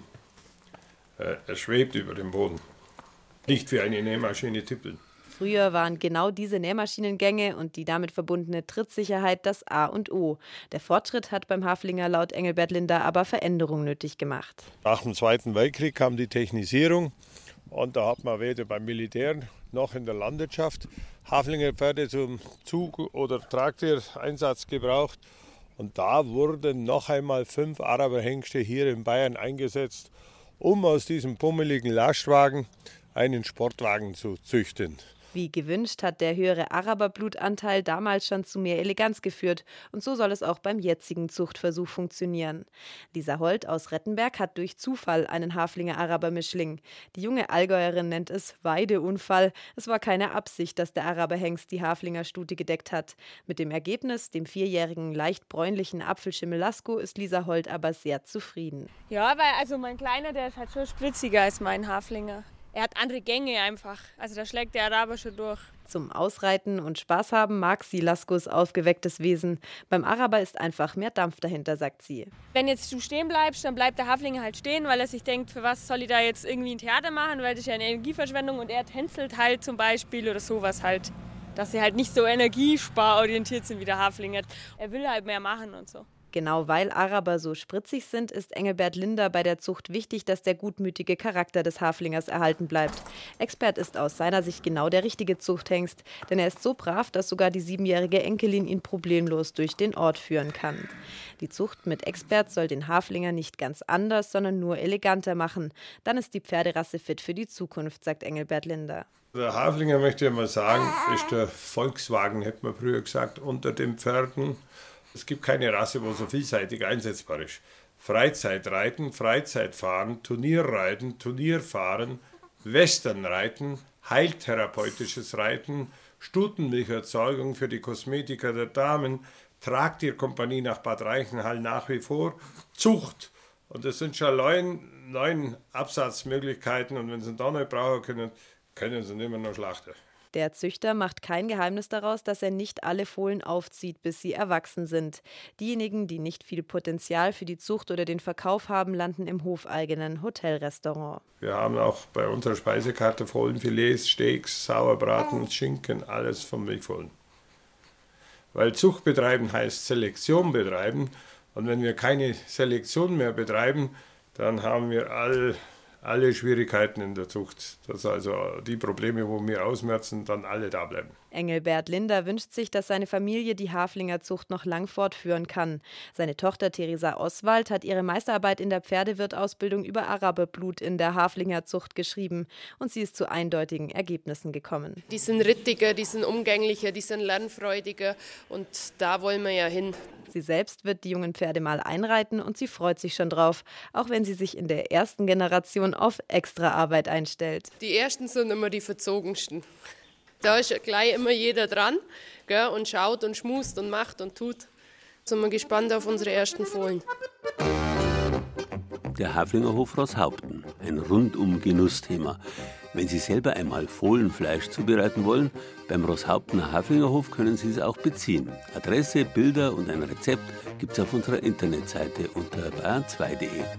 Er schwebt über dem Boden. Nicht wie eine Nähmaschine tippeln. Früher waren genau diese Nähmaschinengänge und die damit verbundene Trittsicherheit das A und O. Der Fortschritt hat beim Haflinger laut Engelbert Linder aber Veränderung nötig gemacht. Nach dem Zweiten Weltkrieg kam die Technisierung und da hat man weder beim Militär noch in der Landwirtschaft Haflingerpferde zum Zug- oder Traktiereinsatz gebraucht. Und da wurden noch einmal fünf Araberhengste hier in Bayern eingesetzt, um aus diesem pummeligen Lastwagen einen Sportwagen zu züchten. Wie gewünscht hat der höhere Araberblutanteil damals schon zu mehr Eleganz geführt. Und so soll es auch beim jetzigen Zuchtversuch funktionieren. Lisa Holt aus Rettenberg hat durch Zufall einen Haflinger Araber-Mischling. Die junge Allgäuerin nennt es Weideunfall. Es war keine Absicht, dass der Araberhengst die Haflinger Stute gedeckt hat. Mit dem Ergebnis, dem vierjährigen, leicht bräunlichen Apfelschimmel Lasko, ist Lisa Holt aber sehr zufrieden. Ja, weil also mein Kleiner, der ist halt schon spritziger als mein Haflinger. Er hat andere Gänge einfach, also da schlägt der Araber schon durch. Zum Ausreiten und Spaß haben mag sie Laskos aufgewecktes Wesen. Beim Araber ist einfach mehr Dampf dahinter, sagt sie. Wenn jetzt du stehen bleibst, dann bleibt der Haflinger halt stehen, weil er sich denkt, für was soll ich da jetzt irgendwie ein Theater machen, weil das ist ja eine Energieverschwendung und er tänzelt halt zum Beispiel oder sowas halt. Dass sie halt nicht so energiesparorientiert sind wie der Haflinger. Er will halt mehr machen und so. Genau weil Araber so spritzig sind, ist Engelbert Linder bei der Zucht wichtig, dass der gutmütige Charakter des Haflingers erhalten bleibt. Expert ist aus seiner Sicht genau der richtige Zuchthengst, denn er ist so brav, dass sogar die siebenjährige Enkelin ihn problemlos durch den Ort führen kann. Die Zucht mit Expert soll den Haflinger nicht ganz anders, sondern nur eleganter machen. Dann ist die Pferderasse fit für die Zukunft, sagt Engelbert Linder. Der Haflinger, möchte ich mal sagen, ist der Volkswagen, hätte man früher gesagt, unter den Pferden. Es gibt keine Rasse, wo so vielseitig einsetzbar ist. Freizeitreiten, Freizeitfahren, Turnierreiten, Turnierfahren, Westernreiten, heiltherapeutisches Reiten, Stutenmilcherzeugung für die Kosmetiker der Damen, Tragtierkompanie nach Bad Reichenhall nach wie vor, Zucht. Und das sind schon neun, neun Absatzmöglichkeiten und wenn sie da nicht brauchen können, können sie nicht mehr noch schlachten. Der Züchter macht kein Geheimnis daraus, dass er nicht alle Fohlen aufzieht, bis sie erwachsen sind. Diejenigen, die nicht viel Potenzial für die Zucht oder den Verkauf haben, landen im hofeigenen Hotelrestaurant. Wir haben auch bei unserer Speisekarte Fohlenfilets, Steaks, Sauerbraten, Schinken, alles vom Milchfohlen. Weil Zucht betreiben heißt Selektion betreiben. Und wenn wir keine Selektion mehr betreiben, dann haben wir all alle Schwierigkeiten in der Zucht, dass also die Probleme, wo wir ausmerzen, dann alle da bleiben. Engelbert Linder wünscht sich, dass seine Familie die Haflingerzucht noch lang fortführen kann. Seine Tochter Theresa Oswald hat ihre Meisterarbeit in der Pferdewirtausbildung über Araberblut in der Haflingerzucht geschrieben und sie ist zu eindeutigen Ergebnissen gekommen. Die sind rittiger, die sind umgänglicher, die sind lernfreudiger und da wollen wir ja hin. Sie selbst wird die jungen Pferde mal einreiten und sie freut sich schon drauf, auch wenn sie sich in der ersten Generation auf extra Arbeit einstellt. Die ersten sind immer die verzogensten. Da ist gleich immer jeder dran, gell, und schaut und schmust und macht und tut. Sind wir gespannt auf unsere ersten Fohlen. Der Haflinger Hof Roßhaupten, ein rundum Genussthema. Wenn Sie selber einmal Fohlenfleisch zubereiten wollen, beim Roßhauptner Haflingerhof können Sie es auch beziehen. Adresse, Bilder und ein Rezept gibt es auf unserer Internetseite unter bayern zwei punkt de.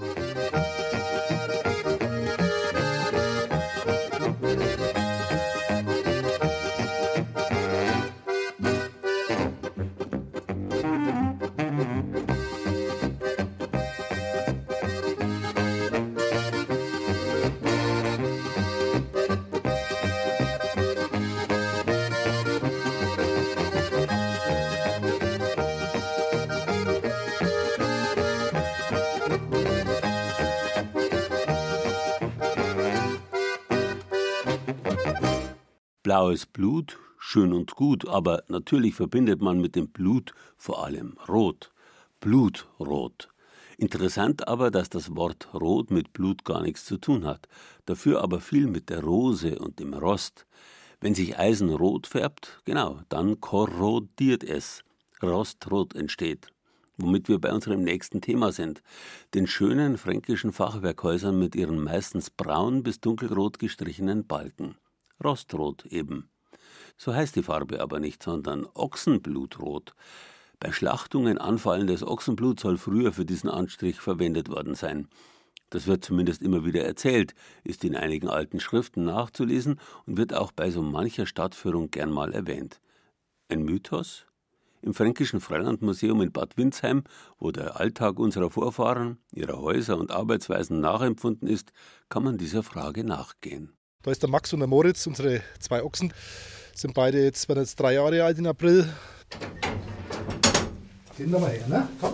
Blaues Blut, schön und gut, aber natürlich verbindet man mit dem Blut vor allem Rot. Blutrot. Interessant aber, dass das Wort Rot mit Blut gar nichts zu tun hat, dafür aber viel mit der Rose und dem Rost. Wenn sich Eisen rot färbt, genau, dann korrodiert es, Rostrot entsteht. Womit wir bei unserem nächsten Thema sind, den schönen fränkischen Fachwerkhäusern mit ihren meistens braun bis dunkelrot gestrichenen Balken. Rostrot eben. So heißt die Farbe aber nicht, sondern Ochsenblutrot. Bei Schlachtungen anfallendes Ochsenblut soll früher für diesen Anstrich verwendet worden sein. Das wird zumindest immer wieder erzählt, ist in einigen alten Schriften nachzulesen und wird auch bei so mancher Stadtführung gern mal erwähnt. Ein Mythos? Im Fränkischen Freilandmuseum in Bad Windsheim, wo der Alltag unserer Vorfahren, ihrer Häuser und Arbeitsweisen nachempfunden ist, kann man dieser Frage nachgehen. Da ist der Max und der Moritz, unsere zwei Ochsen. Sind beide jetzt, werden jetzt drei Jahre alt im April. Gehen wir mal her, ne? Komm.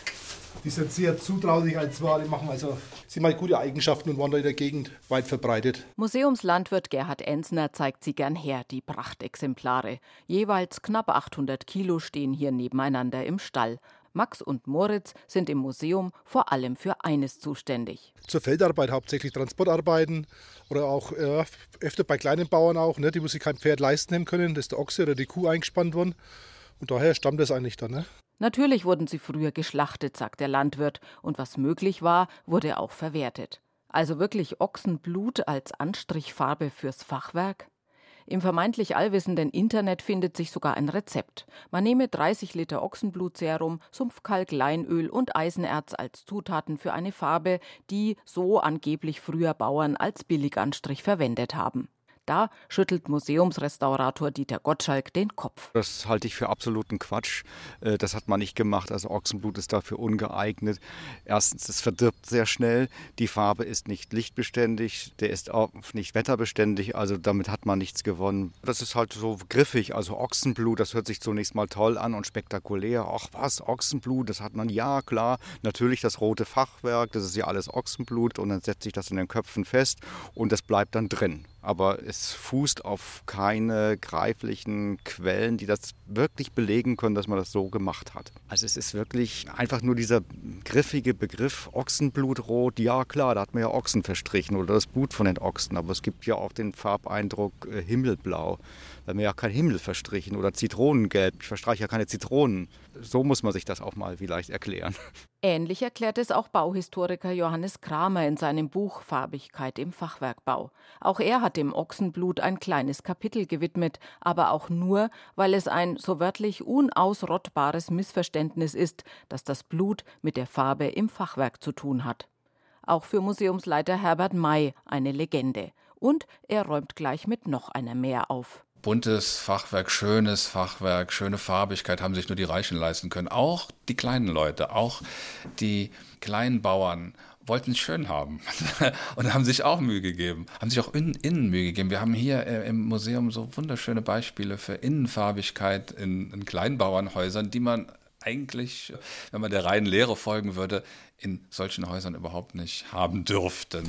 Die sind sehr zutraulich als Wale, machen also sind mal gute Eigenschaften und waren da in der Gegend weit verbreitet. Museumslandwirt Gerhard Ensner zeigt sie gern her, die Prachtexemplare. Jeweils knapp achthundert Kilo stehen hier nebeneinander im Stall. Max und Moritz sind im Museum vor allem für eines zuständig. Zur Feldarbeit hauptsächlich Transportarbeiten oder auch ja, öfter bei kleinen Bauern auch, ne, die wo sich kein Pferd leisten haben können, da ist der Ochse oder die Kuh eingespannt worden und daher stammt das eigentlich dann. Ne? Natürlich wurden sie früher geschlachtet, sagt der Landwirt, und was möglich war, wurde auch verwertet. Also wirklich Ochsenblut als Anstrichfarbe fürs Fachwerk? Im vermeintlich allwissenden Internet findet sich sogar ein Rezept. Man nehme dreißig Liter Ochsenblutserum, Sumpfkalk, Leinöl und Eisenerz als Zutaten für eine Farbe, die so angeblich früher Bauern als Billiganstrich verwendet haben. Da schüttelt Museumsrestaurator Dieter Gottschalk den Kopf. Das halte ich für absoluten Quatsch. Das hat man nicht gemacht. Also Ochsenblut ist dafür ungeeignet. Erstens, es verdirbt sehr schnell. Die Farbe ist nicht lichtbeständig. Der ist auch nicht wetterbeständig. Also damit hat man nichts gewonnen. Das ist halt so griffig. Also Ochsenblut, das hört sich zunächst mal toll an und spektakulär. Ach was, Ochsenblut, das hat man, ja klar. Natürlich das rote Fachwerk, das ist ja alles Ochsenblut. Und dann setzt sich das in den Köpfen fest und das bleibt dann drin. Aber es fußt auf keine greiflichen Quellen, die das wirklich belegen können, dass man das so gemacht hat. Also es ist wirklich einfach nur dieser griffige Begriff Ochsenblutrot. Ja klar, da hat man ja Ochsen verstrichen oder das Blut von den Ochsen. Aber es gibt ja auch den Farbeindruck äh, Himmelblau. Da haben wir ja kein Himmel verstrichen oder Zitronengelb. Ich verstreiche ja keine Zitronen. So muss man sich das auch mal vielleicht erklären. Ähnlich erklärt es auch Bauhistoriker Johannes Kramer in seinem Buch Farbigkeit im Fachwerkbau. Auch er hat dem Ochsenblut ein kleines Kapitel gewidmet, aber auch nur, weil es ein so wörtlich unausrottbares Missverständnis ist, dass das Blut mit der Farbe im Fachwerk zu tun hat. Auch für Museumsleiter Herbert May eine Legende. Und er räumt gleich mit noch einer mehr auf. Buntes Fachwerk, schönes Fachwerk, schöne Farbigkeit haben sich nur die Reichen leisten können. Auch die kleinen Leute, auch die kleinen Bauern wollten es schön haben und haben sich auch Mühe gegeben, haben sich auch in, innen Mühe gegeben. Wir haben hier äh, im Museum so wunderschöne Beispiele für Innenfarbigkeit in, in Kleinbauernhäusern, die man eigentlich, wenn man der reinen Lehre folgen würde, in solchen Häusern überhaupt nicht haben dürfte.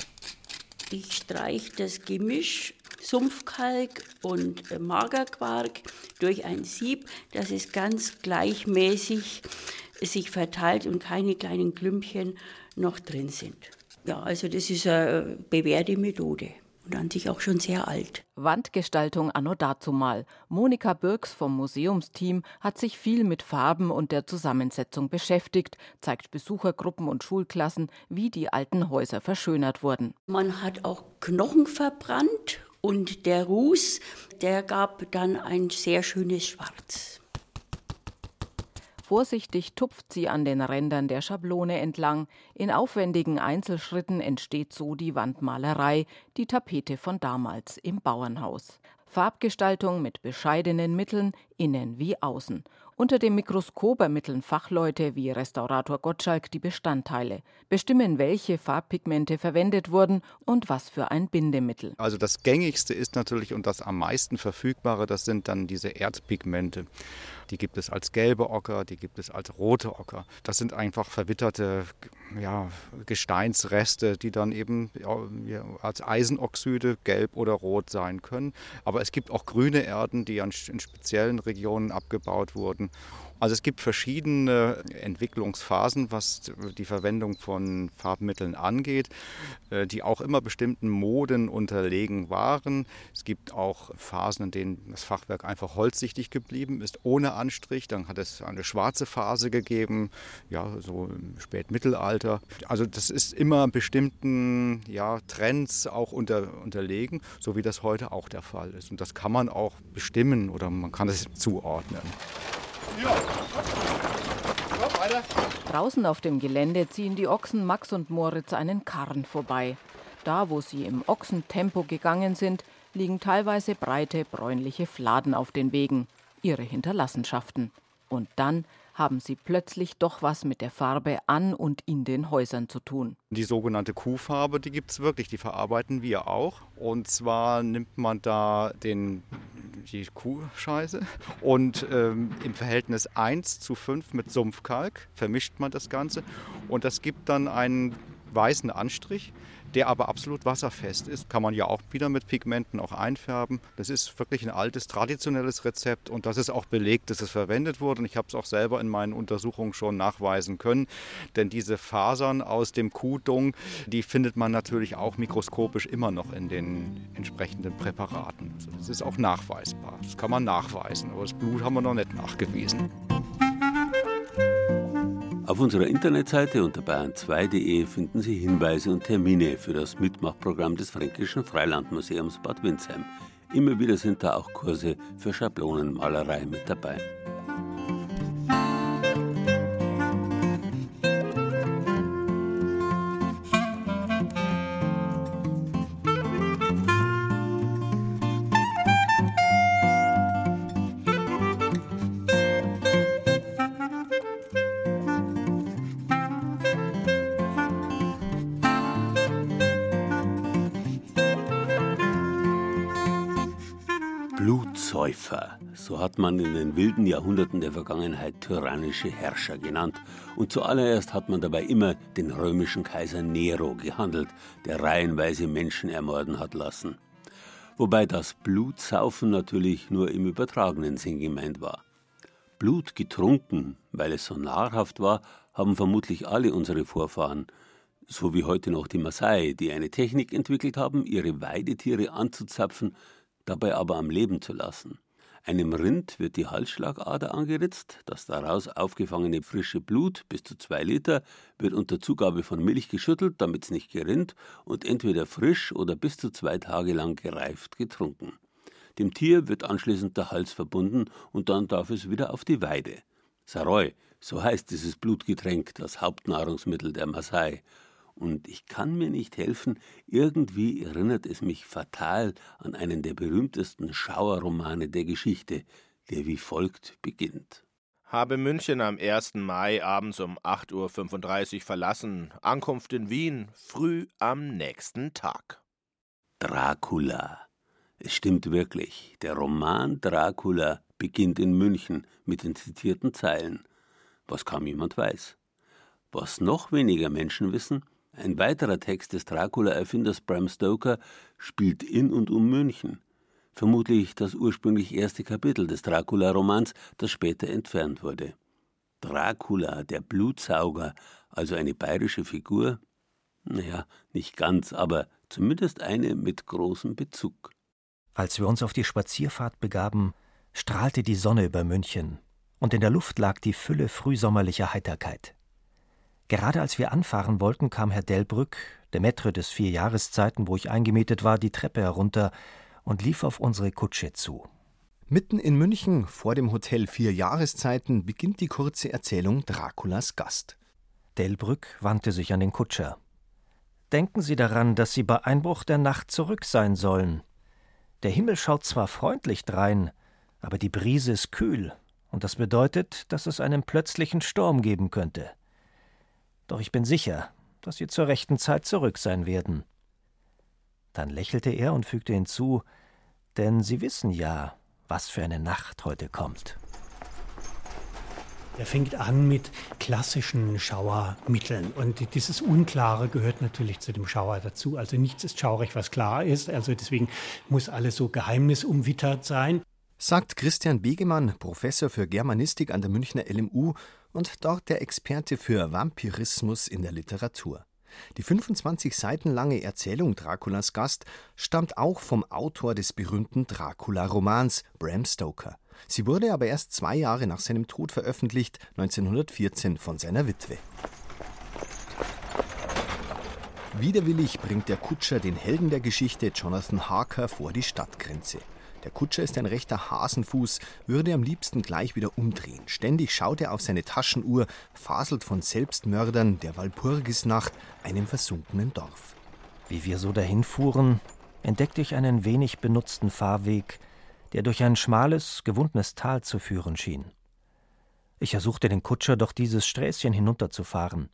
Ich streiche das Gemisch Sumpfkalk und äh, Magerquark durch ein Sieb, dass es ganz gleichmäßig sich verteilt und keine kleinen Klümpchen noch drin sind. Ja, also das ist eine bewährte Methode und an sich auch schon sehr alt. Wandgestaltung anno dazumal. Monika Birks vom Museumsteam hat sich viel mit Farben und der Zusammensetzung beschäftigt, zeigt Besuchergruppen und Schulklassen, wie die alten Häuser verschönert wurden. Man hat auch Knochen verbrannt Und der Ruß, der gab dann ein sehr schönes Schwarz. Vorsichtig tupft sie an den Rändern der Schablone entlang. In aufwendigen Einzelschritten entsteht so die Wandmalerei, die Tapete von damals im Bauernhaus. Farbgestaltung mit bescheidenen Mitteln, innen wie außen. Unter dem Mikroskop ermitteln Fachleute wie Restaurator Gottschalk die Bestandteile, bestimmen, welche Farbpigmente verwendet wurden und was für ein Bindemittel. Also das gängigste ist natürlich und das am meisten verfügbare, das sind dann diese Erdpigmente. Die gibt es als gelbe Ocker, die gibt es als rote Ocker. Das sind einfach verwitterte ja, Gesteinsreste, die dann eben ja, als Eisenoxide gelb oder rot sein können. Aber es gibt auch grüne Erden, die an, in speziellen Regionen abgebaut wurden. Also es gibt verschiedene Entwicklungsphasen, was die Verwendung von Farbmitteln angeht, die auch immer bestimmten Moden unterlegen waren. Es gibt auch Phasen, in denen das Fachwerk einfach holzsichtig geblieben ist, ohne Anstrich. Dann hat es eine schwarze Phase gegeben, ja, so im Spätmittelalter. Also das ist immer bestimmten ja, Trends auch unter, unterlegen, so wie das heute auch der Fall ist. Und das kann man auch bestimmen oder man kann es zuordnen. Ja. Komm, weiter. Draußen auf dem Gelände ziehen die Ochsen Max und Moritz einen Karren vorbei. Da, wo sie im Ochsentempo gegangen sind, liegen teilweise breite, bräunliche Fladen auf den Wegen, ihre Hinterlassenschaften. Und dann haben sie plötzlich doch was mit der Farbe an und in den Häusern zu tun. Die sogenannte Kuhfarbe, die gibt es wirklich, die verarbeiten wir auch. Und zwar nimmt man da den, die Kuhscheiße und ähm, im Verhältnis eins zu fünf mit Sumpfkalk vermischt man das Ganze. Und das gibt dann einen weißen Anstrich, der aber absolut wasserfest ist. Kann man ja auch wieder mit Pigmenten auch einfärben. Das ist wirklich ein altes, traditionelles Rezept und das ist auch belegt, dass es verwendet wurde. Und ich habe es auch selber in meinen Untersuchungen schon nachweisen können. Denn diese Fasern aus dem Kuhdung, die findet man natürlich auch mikroskopisch immer noch in den entsprechenden Präparaten. Also das ist auch nachweisbar. Das kann man nachweisen, aber das Blut haben wir noch nicht nachgewiesen. Auf unserer Internetseite unter bayern zwei punkt de finden Sie Hinweise und Termine für das Mitmachprogramm des Fränkischen Freilandmuseums Bad Windsheim. Immer wieder sind da auch Kurse für Schablonenmalerei mit dabei. Blutsäufer, so hat man in den wilden Jahrhunderten der Vergangenheit tyrannische Herrscher genannt. Und zuallererst hat man dabei immer den römischen Kaiser Nero gehandelt, der reihenweise Menschen ermorden hat lassen. Wobei das Blutsaufen natürlich nur im übertragenen Sinn gemeint war. Blut getrunken, weil es so nahrhaft war, haben vermutlich alle unsere Vorfahren. So wie heute noch die Maasai, die eine Technik entwickelt haben, ihre Weidetiere anzuzapfen, dabei aber am Leben zu lassen. Einem Rind wird die Halsschlagader angeritzt, das daraus aufgefangene frische Blut, bis zu zwei Liter, wird unter Zugabe von Milch geschüttelt, damit es nicht gerinnt, und entweder frisch oder bis zu zwei Tage lang gereift getrunken. Dem Tier wird anschließend der Hals verbunden und dann darf es wieder auf die Weide. Saroi, so heißt dieses Blutgetränk, das Hauptnahrungsmittel der Maasai. Und ich kann mir nicht helfen, irgendwie erinnert es mich fatal an einen der berühmtesten Schauerromane der Geschichte, der wie folgt beginnt. Habe München am ersten Mai abends um acht Uhr fünfunddreißig verlassen, Ankunft in Wien früh am nächsten Tag. Dracula. Es stimmt wirklich, der Roman Dracula beginnt in München mit den zitierten Zeilen. Was kaum jemand weiß. Was noch weniger Menschen wissen, ein weiterer Text des Dracula-Erfinders Bram Stoker spielt in und um München. Vermutlich das ursprünglich erste Kapitel des Dracula-Romans, das später entfernt wurde. Dracula, der Blutsauger, also eine bayerische Figur? Naja, nicht ganz, aber zumindest eine mit großem Bezug. Als wir uns auf die Spazierfahrt begaben, strahlte die Sonne über München und in der Luft lag die Fülle frühsommerlicher Heiterkeit. Gerade als wir anfahren wollten, kam Herr Delbrück, der Maître des vier Jahreszeiten, wo ich eingemietet war, die Treppe herunter und lief auf unsere Kutsche zu. Mitten in München, vor dem Hotel Vier Jahreszeiten, beginnt die kurze Erzählung Draculas Gast. Delbrück wandte sich an den Kutscher. »Denken Sie daran, dass Sie bei Einbruch der Nacht zurück sein sollen. Der Himmel schaut zwar freundlich drein, aber die Brise ist kühl, und das bedeutet, dass es einen plötzlichen Sturm geben könnte. Doch ich bin sicher, dass Sie zur rechten Zeit zurück sein werden.« Dann lächelte er und fügte hinzu, »Denn Sie wissen ja, was für eine Nacht heute kommt.« Er fängt an mit klassischen Schauermitteln und dieses Unklare gehört natürlich zu dem Schauer dazu. Also nichts ist schaurig, was klar ist, also deswegen muss alles so geheimnisumwittert sein. Sagt Christian Begemann, Professor für Germanistik an der Münchner L M U und dort der Experte für Vampirismus in der Literatur. Die fünfundzwanzig Seiten lange Erzählung Draculas Gast stammt auch vom Autor des berühmten Dracula-Romans, Bram Stoker. Sie wurde aber erst zwei Jahre nach seinem Tod veröffentlicht, neunzehnhundertvierzehn von seiner Witwe. Widerwillig bringt der Kutscher den Helden der Geschichte, Jonathan Harker, vor die Stadtgrenze. Der Kutscher ist ein rechter Hasenfuß, würde am liebsten gleich wieder umdrehen. Ständig schaut er auf seine Taschenuhr, faselt von Selbstmördern, der Walpurgisnacht, einem versunkenen Dorf. Wie wir so dahin fuhren, entdeckte ich einen wenig benutzten Fahrweg, der durch ein schmales, gewundenes Tal zu führen schien. Ich ersuchte den Kutscher, doch dieses Sträßchen hinunterzufahren.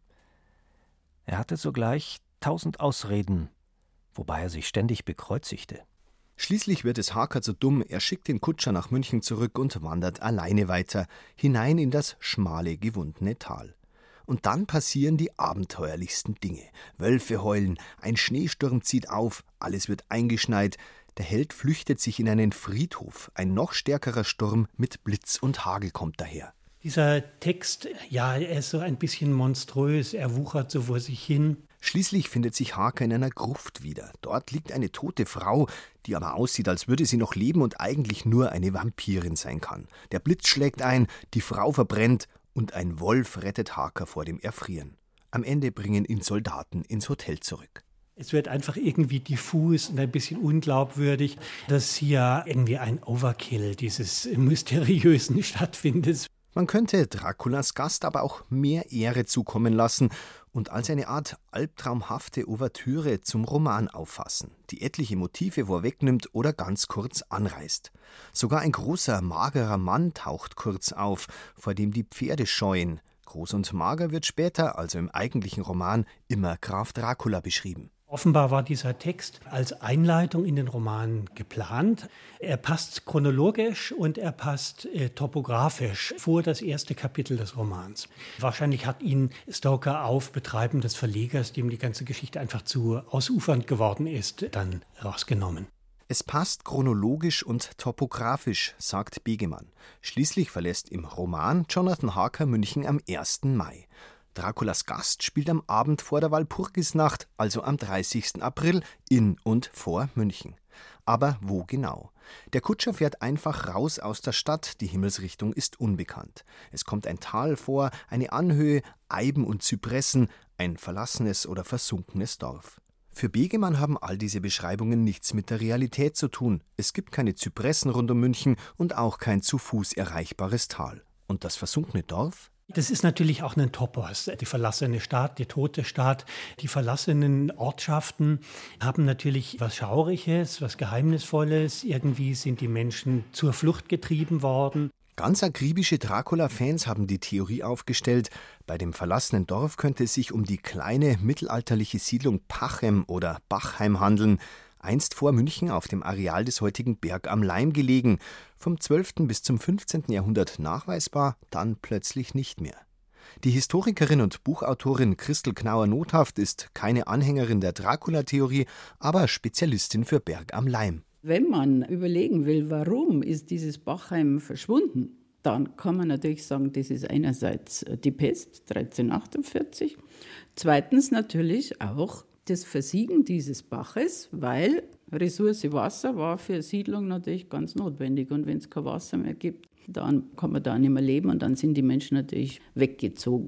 Er hatte sogleich tausend Ausreden, wobei er sich ständig bekreuzigte. Schließlich wird es Harker zu dumm, er schickt den Kutscher nach München zurück und wandert alleine weiter, hinein in das schmale, gewundene Tal. Und dann passieren die abenteuerlichsten Dinge. Wölfe heulen, ein Schneesturm zieht auf, alles wird eingeschneit, der Held flüchtet sich in einen Friedhof, ein noch stärkerer Sturm mit Blitz und Hagel kommt daher. Dieser Text, ja, er ist so ein bisschen monströs, er wuchert so vor sich hin. Schließlich findet sich Harker in einer Gruft wieder. Dort liegt eine tote Frau, die aber aussieht, als würde sie noch leben und eigentlich nur eine Vampirin sein kann. Der Blitz schlägt ein, die Frau verbrennt und ein Wolf rettet Harker vor dem Erfrieren. Am Ende bringen ihn Soldaten ins Hotel zurück. Es wird einfach irgendwie diffus und ein bisschen unglaubwürdig, dass hier irgendwie ein Overkill dieses Mysteriösen stattfindet. Man könnte Draculas Gast aber auch mehr Ehre zukommen lassen und als eine Art albtraumhafte Ouvertüre zum Roman auffassen, die etliche Motive vorwegnimmt oder ganz kurz anreißt. Sogar ein großer, magerer Mann taucht kurz auf, vor dem die Pferde scheuen. Groß und mager wird später, also im eigentlichen Roman, immer Graf Dracula beschrieben. Offenbar war dieser Text als Einleitung in den Roman geplant. Er passt chronologisch und er passt äh, topografisch vor das erste Kapitel des Romans. Wahrscheinlich hat ihn Stoker auf Betreiben des Verlegers, dem die ganze Geschichte einfach zu ausufernd geworden ist, dann rausgenommen. Es passt chronologisch und topografisch, sagt Begemann. Schließlich verlässt im Roman Jonathan Harker München am ersten Mai. Draculas Gast spielt am Abend vor der Walpurgisnacht, also am dreißigsten April, in und vor München. Aber wo genau? Der Kutscher fährt einfach raus aus der Stadt, die Himmelsrichtung ist unbekannt. Es kommt ein Tal vor, eine Anhöhe, Eiben und Zypressen, ein verlassenes oder versunkenes Dorf. Für Begemann haben all diese Beschreibungen nichts mit der Realität zu tun. Es gibt keine Zypressen rund um München und auch kein zu Fuß erreichbares Tal. Und das versunkene Dorf? Das ist natürlich auch ein Topos. Die verlassene Stadt, die tote Stadt, die verlassenen Ortschaften haben natürlich was Schauriges, was Geheimnisvolles. Irgendwie sind die Menschen zur Flucht getrieben worden. Ganz akribische Dracula-Fans haben die Theorie aufgestellt, bei dem verlassenen Dorf könnte es sich um die kleine mittelalterliche Siedlung Pachem oder Bachheim handeln, einst vor München auf dem Areal des heutigen Berg am Laim gelegen, vom zwölften bis zum fünfzehnten Jahrhundert nachweisbar, dann plötzlich nicht mehr. Die Historikerin und Buchautorin Christel Knauer-Nothaft ist keine Anhängerin der Dracula-Theorie, aber Spezialistin für Berg am Laim. Wenn man überlegen will, warum ist dieses Bachheim verschwunden, dann kann man natürlich sagen, das ist einerseits die Pest dreizehnhundertachtundvierzig, zweitens natürlich auch das Versiegen dieses Baches, weil Ressource Wasser war für Siedlung natürlich ganz notwendig. Und wenn es kein Wasser mehr gibt, dann kann man da nicht mehr leben und dann sind die Menschen natürlich weggezogen.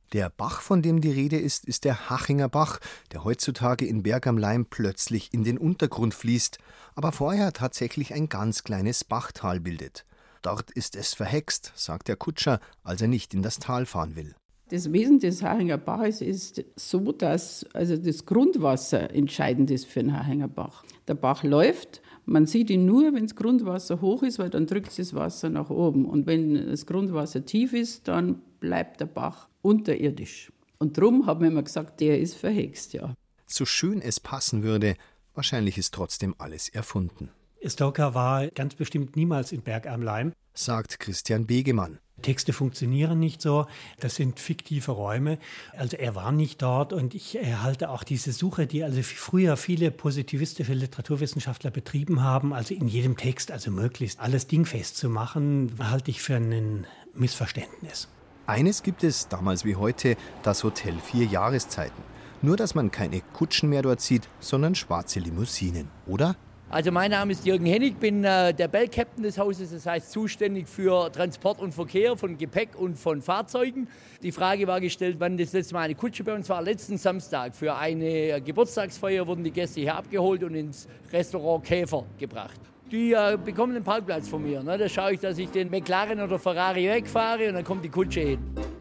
Der Bach, von dem die Rede ist, ist der Hachinger Bach, der heutzutage in Berg am Laim plötzlich in den Untergrund fließt, aber vorher tatsächlich ein ganz kleines Bachtal bildet. Dort ist es verhext, sagt der Kutscher, als er nicht in das Tal fahren will. Das Wesen des Hachinger Baches ist so, dass also das Grundwasser entscheidend ist für den Hachinger Bach. Der Bach läuft, man sieht ihn nur, wenn das Grundwasser hoch ist, weil dann drückt das Wasser nach oben. Und wenn das Grundwasser tief ist, dann bleibt der Bach unterirdisch. Und darum haben wir immer gesagt, der ist verhext, ja. So schön es passen würde, wahrscheinlich ist trotzdem alles erfunden. Stoker war ganz bestimmt niemals in Berg am Laim, sagt Christian Begemann. Texte funktionieren nicht so, das sind fiktive Räume. Also er war nicht dort und ich halte auch diese Suche, die also früher viele positivistische Literaturwissenschaftler betrieben haben, also in jedem Text, also möglichst alles dingfest zu machen, halte ich für ein Missverständnis. Eines gibt es, damals wie heute, das Hotel Vier Jahreszeiten. Nur, dass man keine Kutschen mehr dort sieht, sondern schwarze Limousinen, oder? Also mein Name ist Jürgen Hennig, bin äh, der Bell-Captain des Hauses, das heißt zuständig für Transport und Verkehr von Gepäck und von Fahrzeugen. Die Frage war gestellt, wann das letzte Mal eine Kutsche bei uns war. Letzten Samstag für eine Geburtstagsfeier wurden die Gäste hier abgeholt und ins Restaurant Käfer gebracht. Die äh, bekommen einen Parkplatz von mir. Ne? Da schaue ich, dass ich den McLaren oder Ferrari wegfahre und dann kommt die Kutsche hin.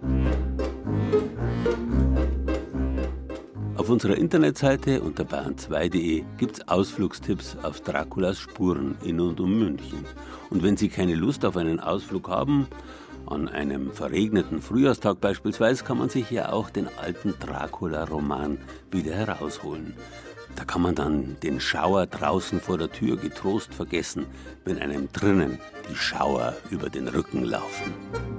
Auf unserer Internetseite unter bayern zwei punkt de gibt es Ausflugstipps auf Draculas Spuren in und um München. Und wenn Sie keine Lust auf einen Ausflug haben, an einem verregneten Frühjahrstag beispielsweise, kann man sich ja auch den alten Dracula-Roman wieder herausholen. Da kann man dann den Schauer draußen vor der Tür getrost vergessen, wenn einem drinnen die Schauer über den Rücken laufen.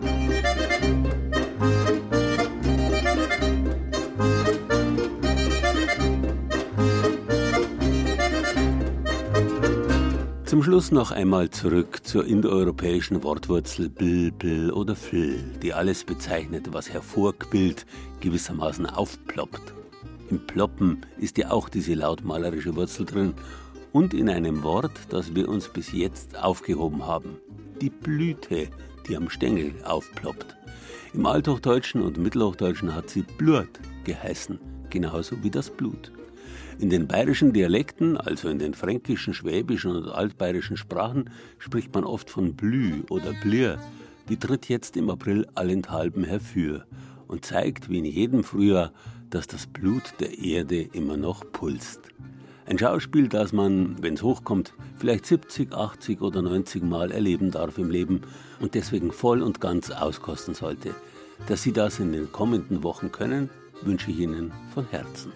Zum Schluss noch einmal zurück zur indoeuropäischen Wortwurzel bl, bl oder fl, die alles bezeichnet, was hervorquillt, gewissermaßen aufploppt. Im Ploppen ist ja auch diese lautmalerische Wurzel drin und in einem Wort, das wir uns bis jetzt aufgehoben haben. Die Blüte, die am Stängel aufploppt. Im Althochdeutschen und Mittelhochdeutschen hat sie blurt geheißen, genauso wie das Blut. In den bayerischen Dialekten, also in den fränkischen, schwäbischen und altbayerischen Sprachen, spricht man oft von Blü oder Blier. Die tritt jetzt im April allenthalben herfür und zeigt, wie in jedem Frühjahr, dass das Blut der Erde immer noch pulst. Ein Schauspiel, das man, wenn es hochkommt, vielleicht siebzig, achtzig oder neunzig Mal erleben darf im Leben und deswegen voll und ganz auskosten sollte. Dass Sie das in den kommenden Wochen können, wünsche ich Ihnen von Herzen.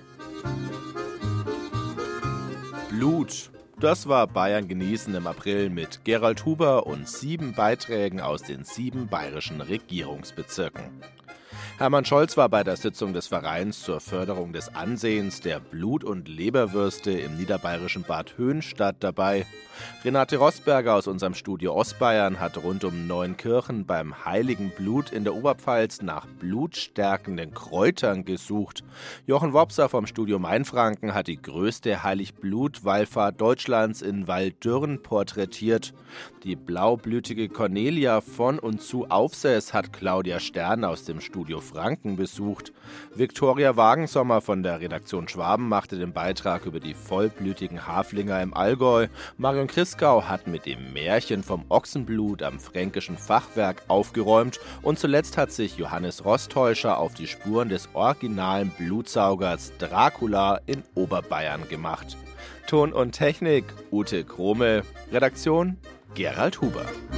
Blut. Das war Bayern genießen im April mit Gerald Huber und sieben Beiträgen aus den sieben bayerischen Regierungsbezirken. Hermann Scholz war bei der Sitzung des Vereins zur Förderung des Ansehens der Blut- und Leberwürste im niederbayerischen Bad Höhnstadt dabei. Renate Rosberger aus unserem Studio Ostbayern hat rund um Neunkirchen beim Heiligen Blut in der Oberpfalz nach blutstärkenden Kräutern gesucht. Jochen Wopser vom Studio Mainfranken hat die größte Heiligblut-Wallfahrt Deutschlands in Waldürn porträtiert. Die blaublütige Cornelia von und zu Aufsäß hat Claudia Stern aus dem Studio Franken besucht. Viktoria Wagensommer von der Redaktion Schwaben machte den Beitrag über die vollblütigen Haflinger im Allgäu. Marion Christgau hat mit dem Märchen vom Ochsenblut am Fränkischen Fachwerk aufgeräumt und zuletzt hat sich Johannes Rostäuscher auf die Spuren des originalen Blutsaugers Dracula in Oberbayern gemacht. Ton und Technik Ute Kromel, Redaktion Gerald Huber.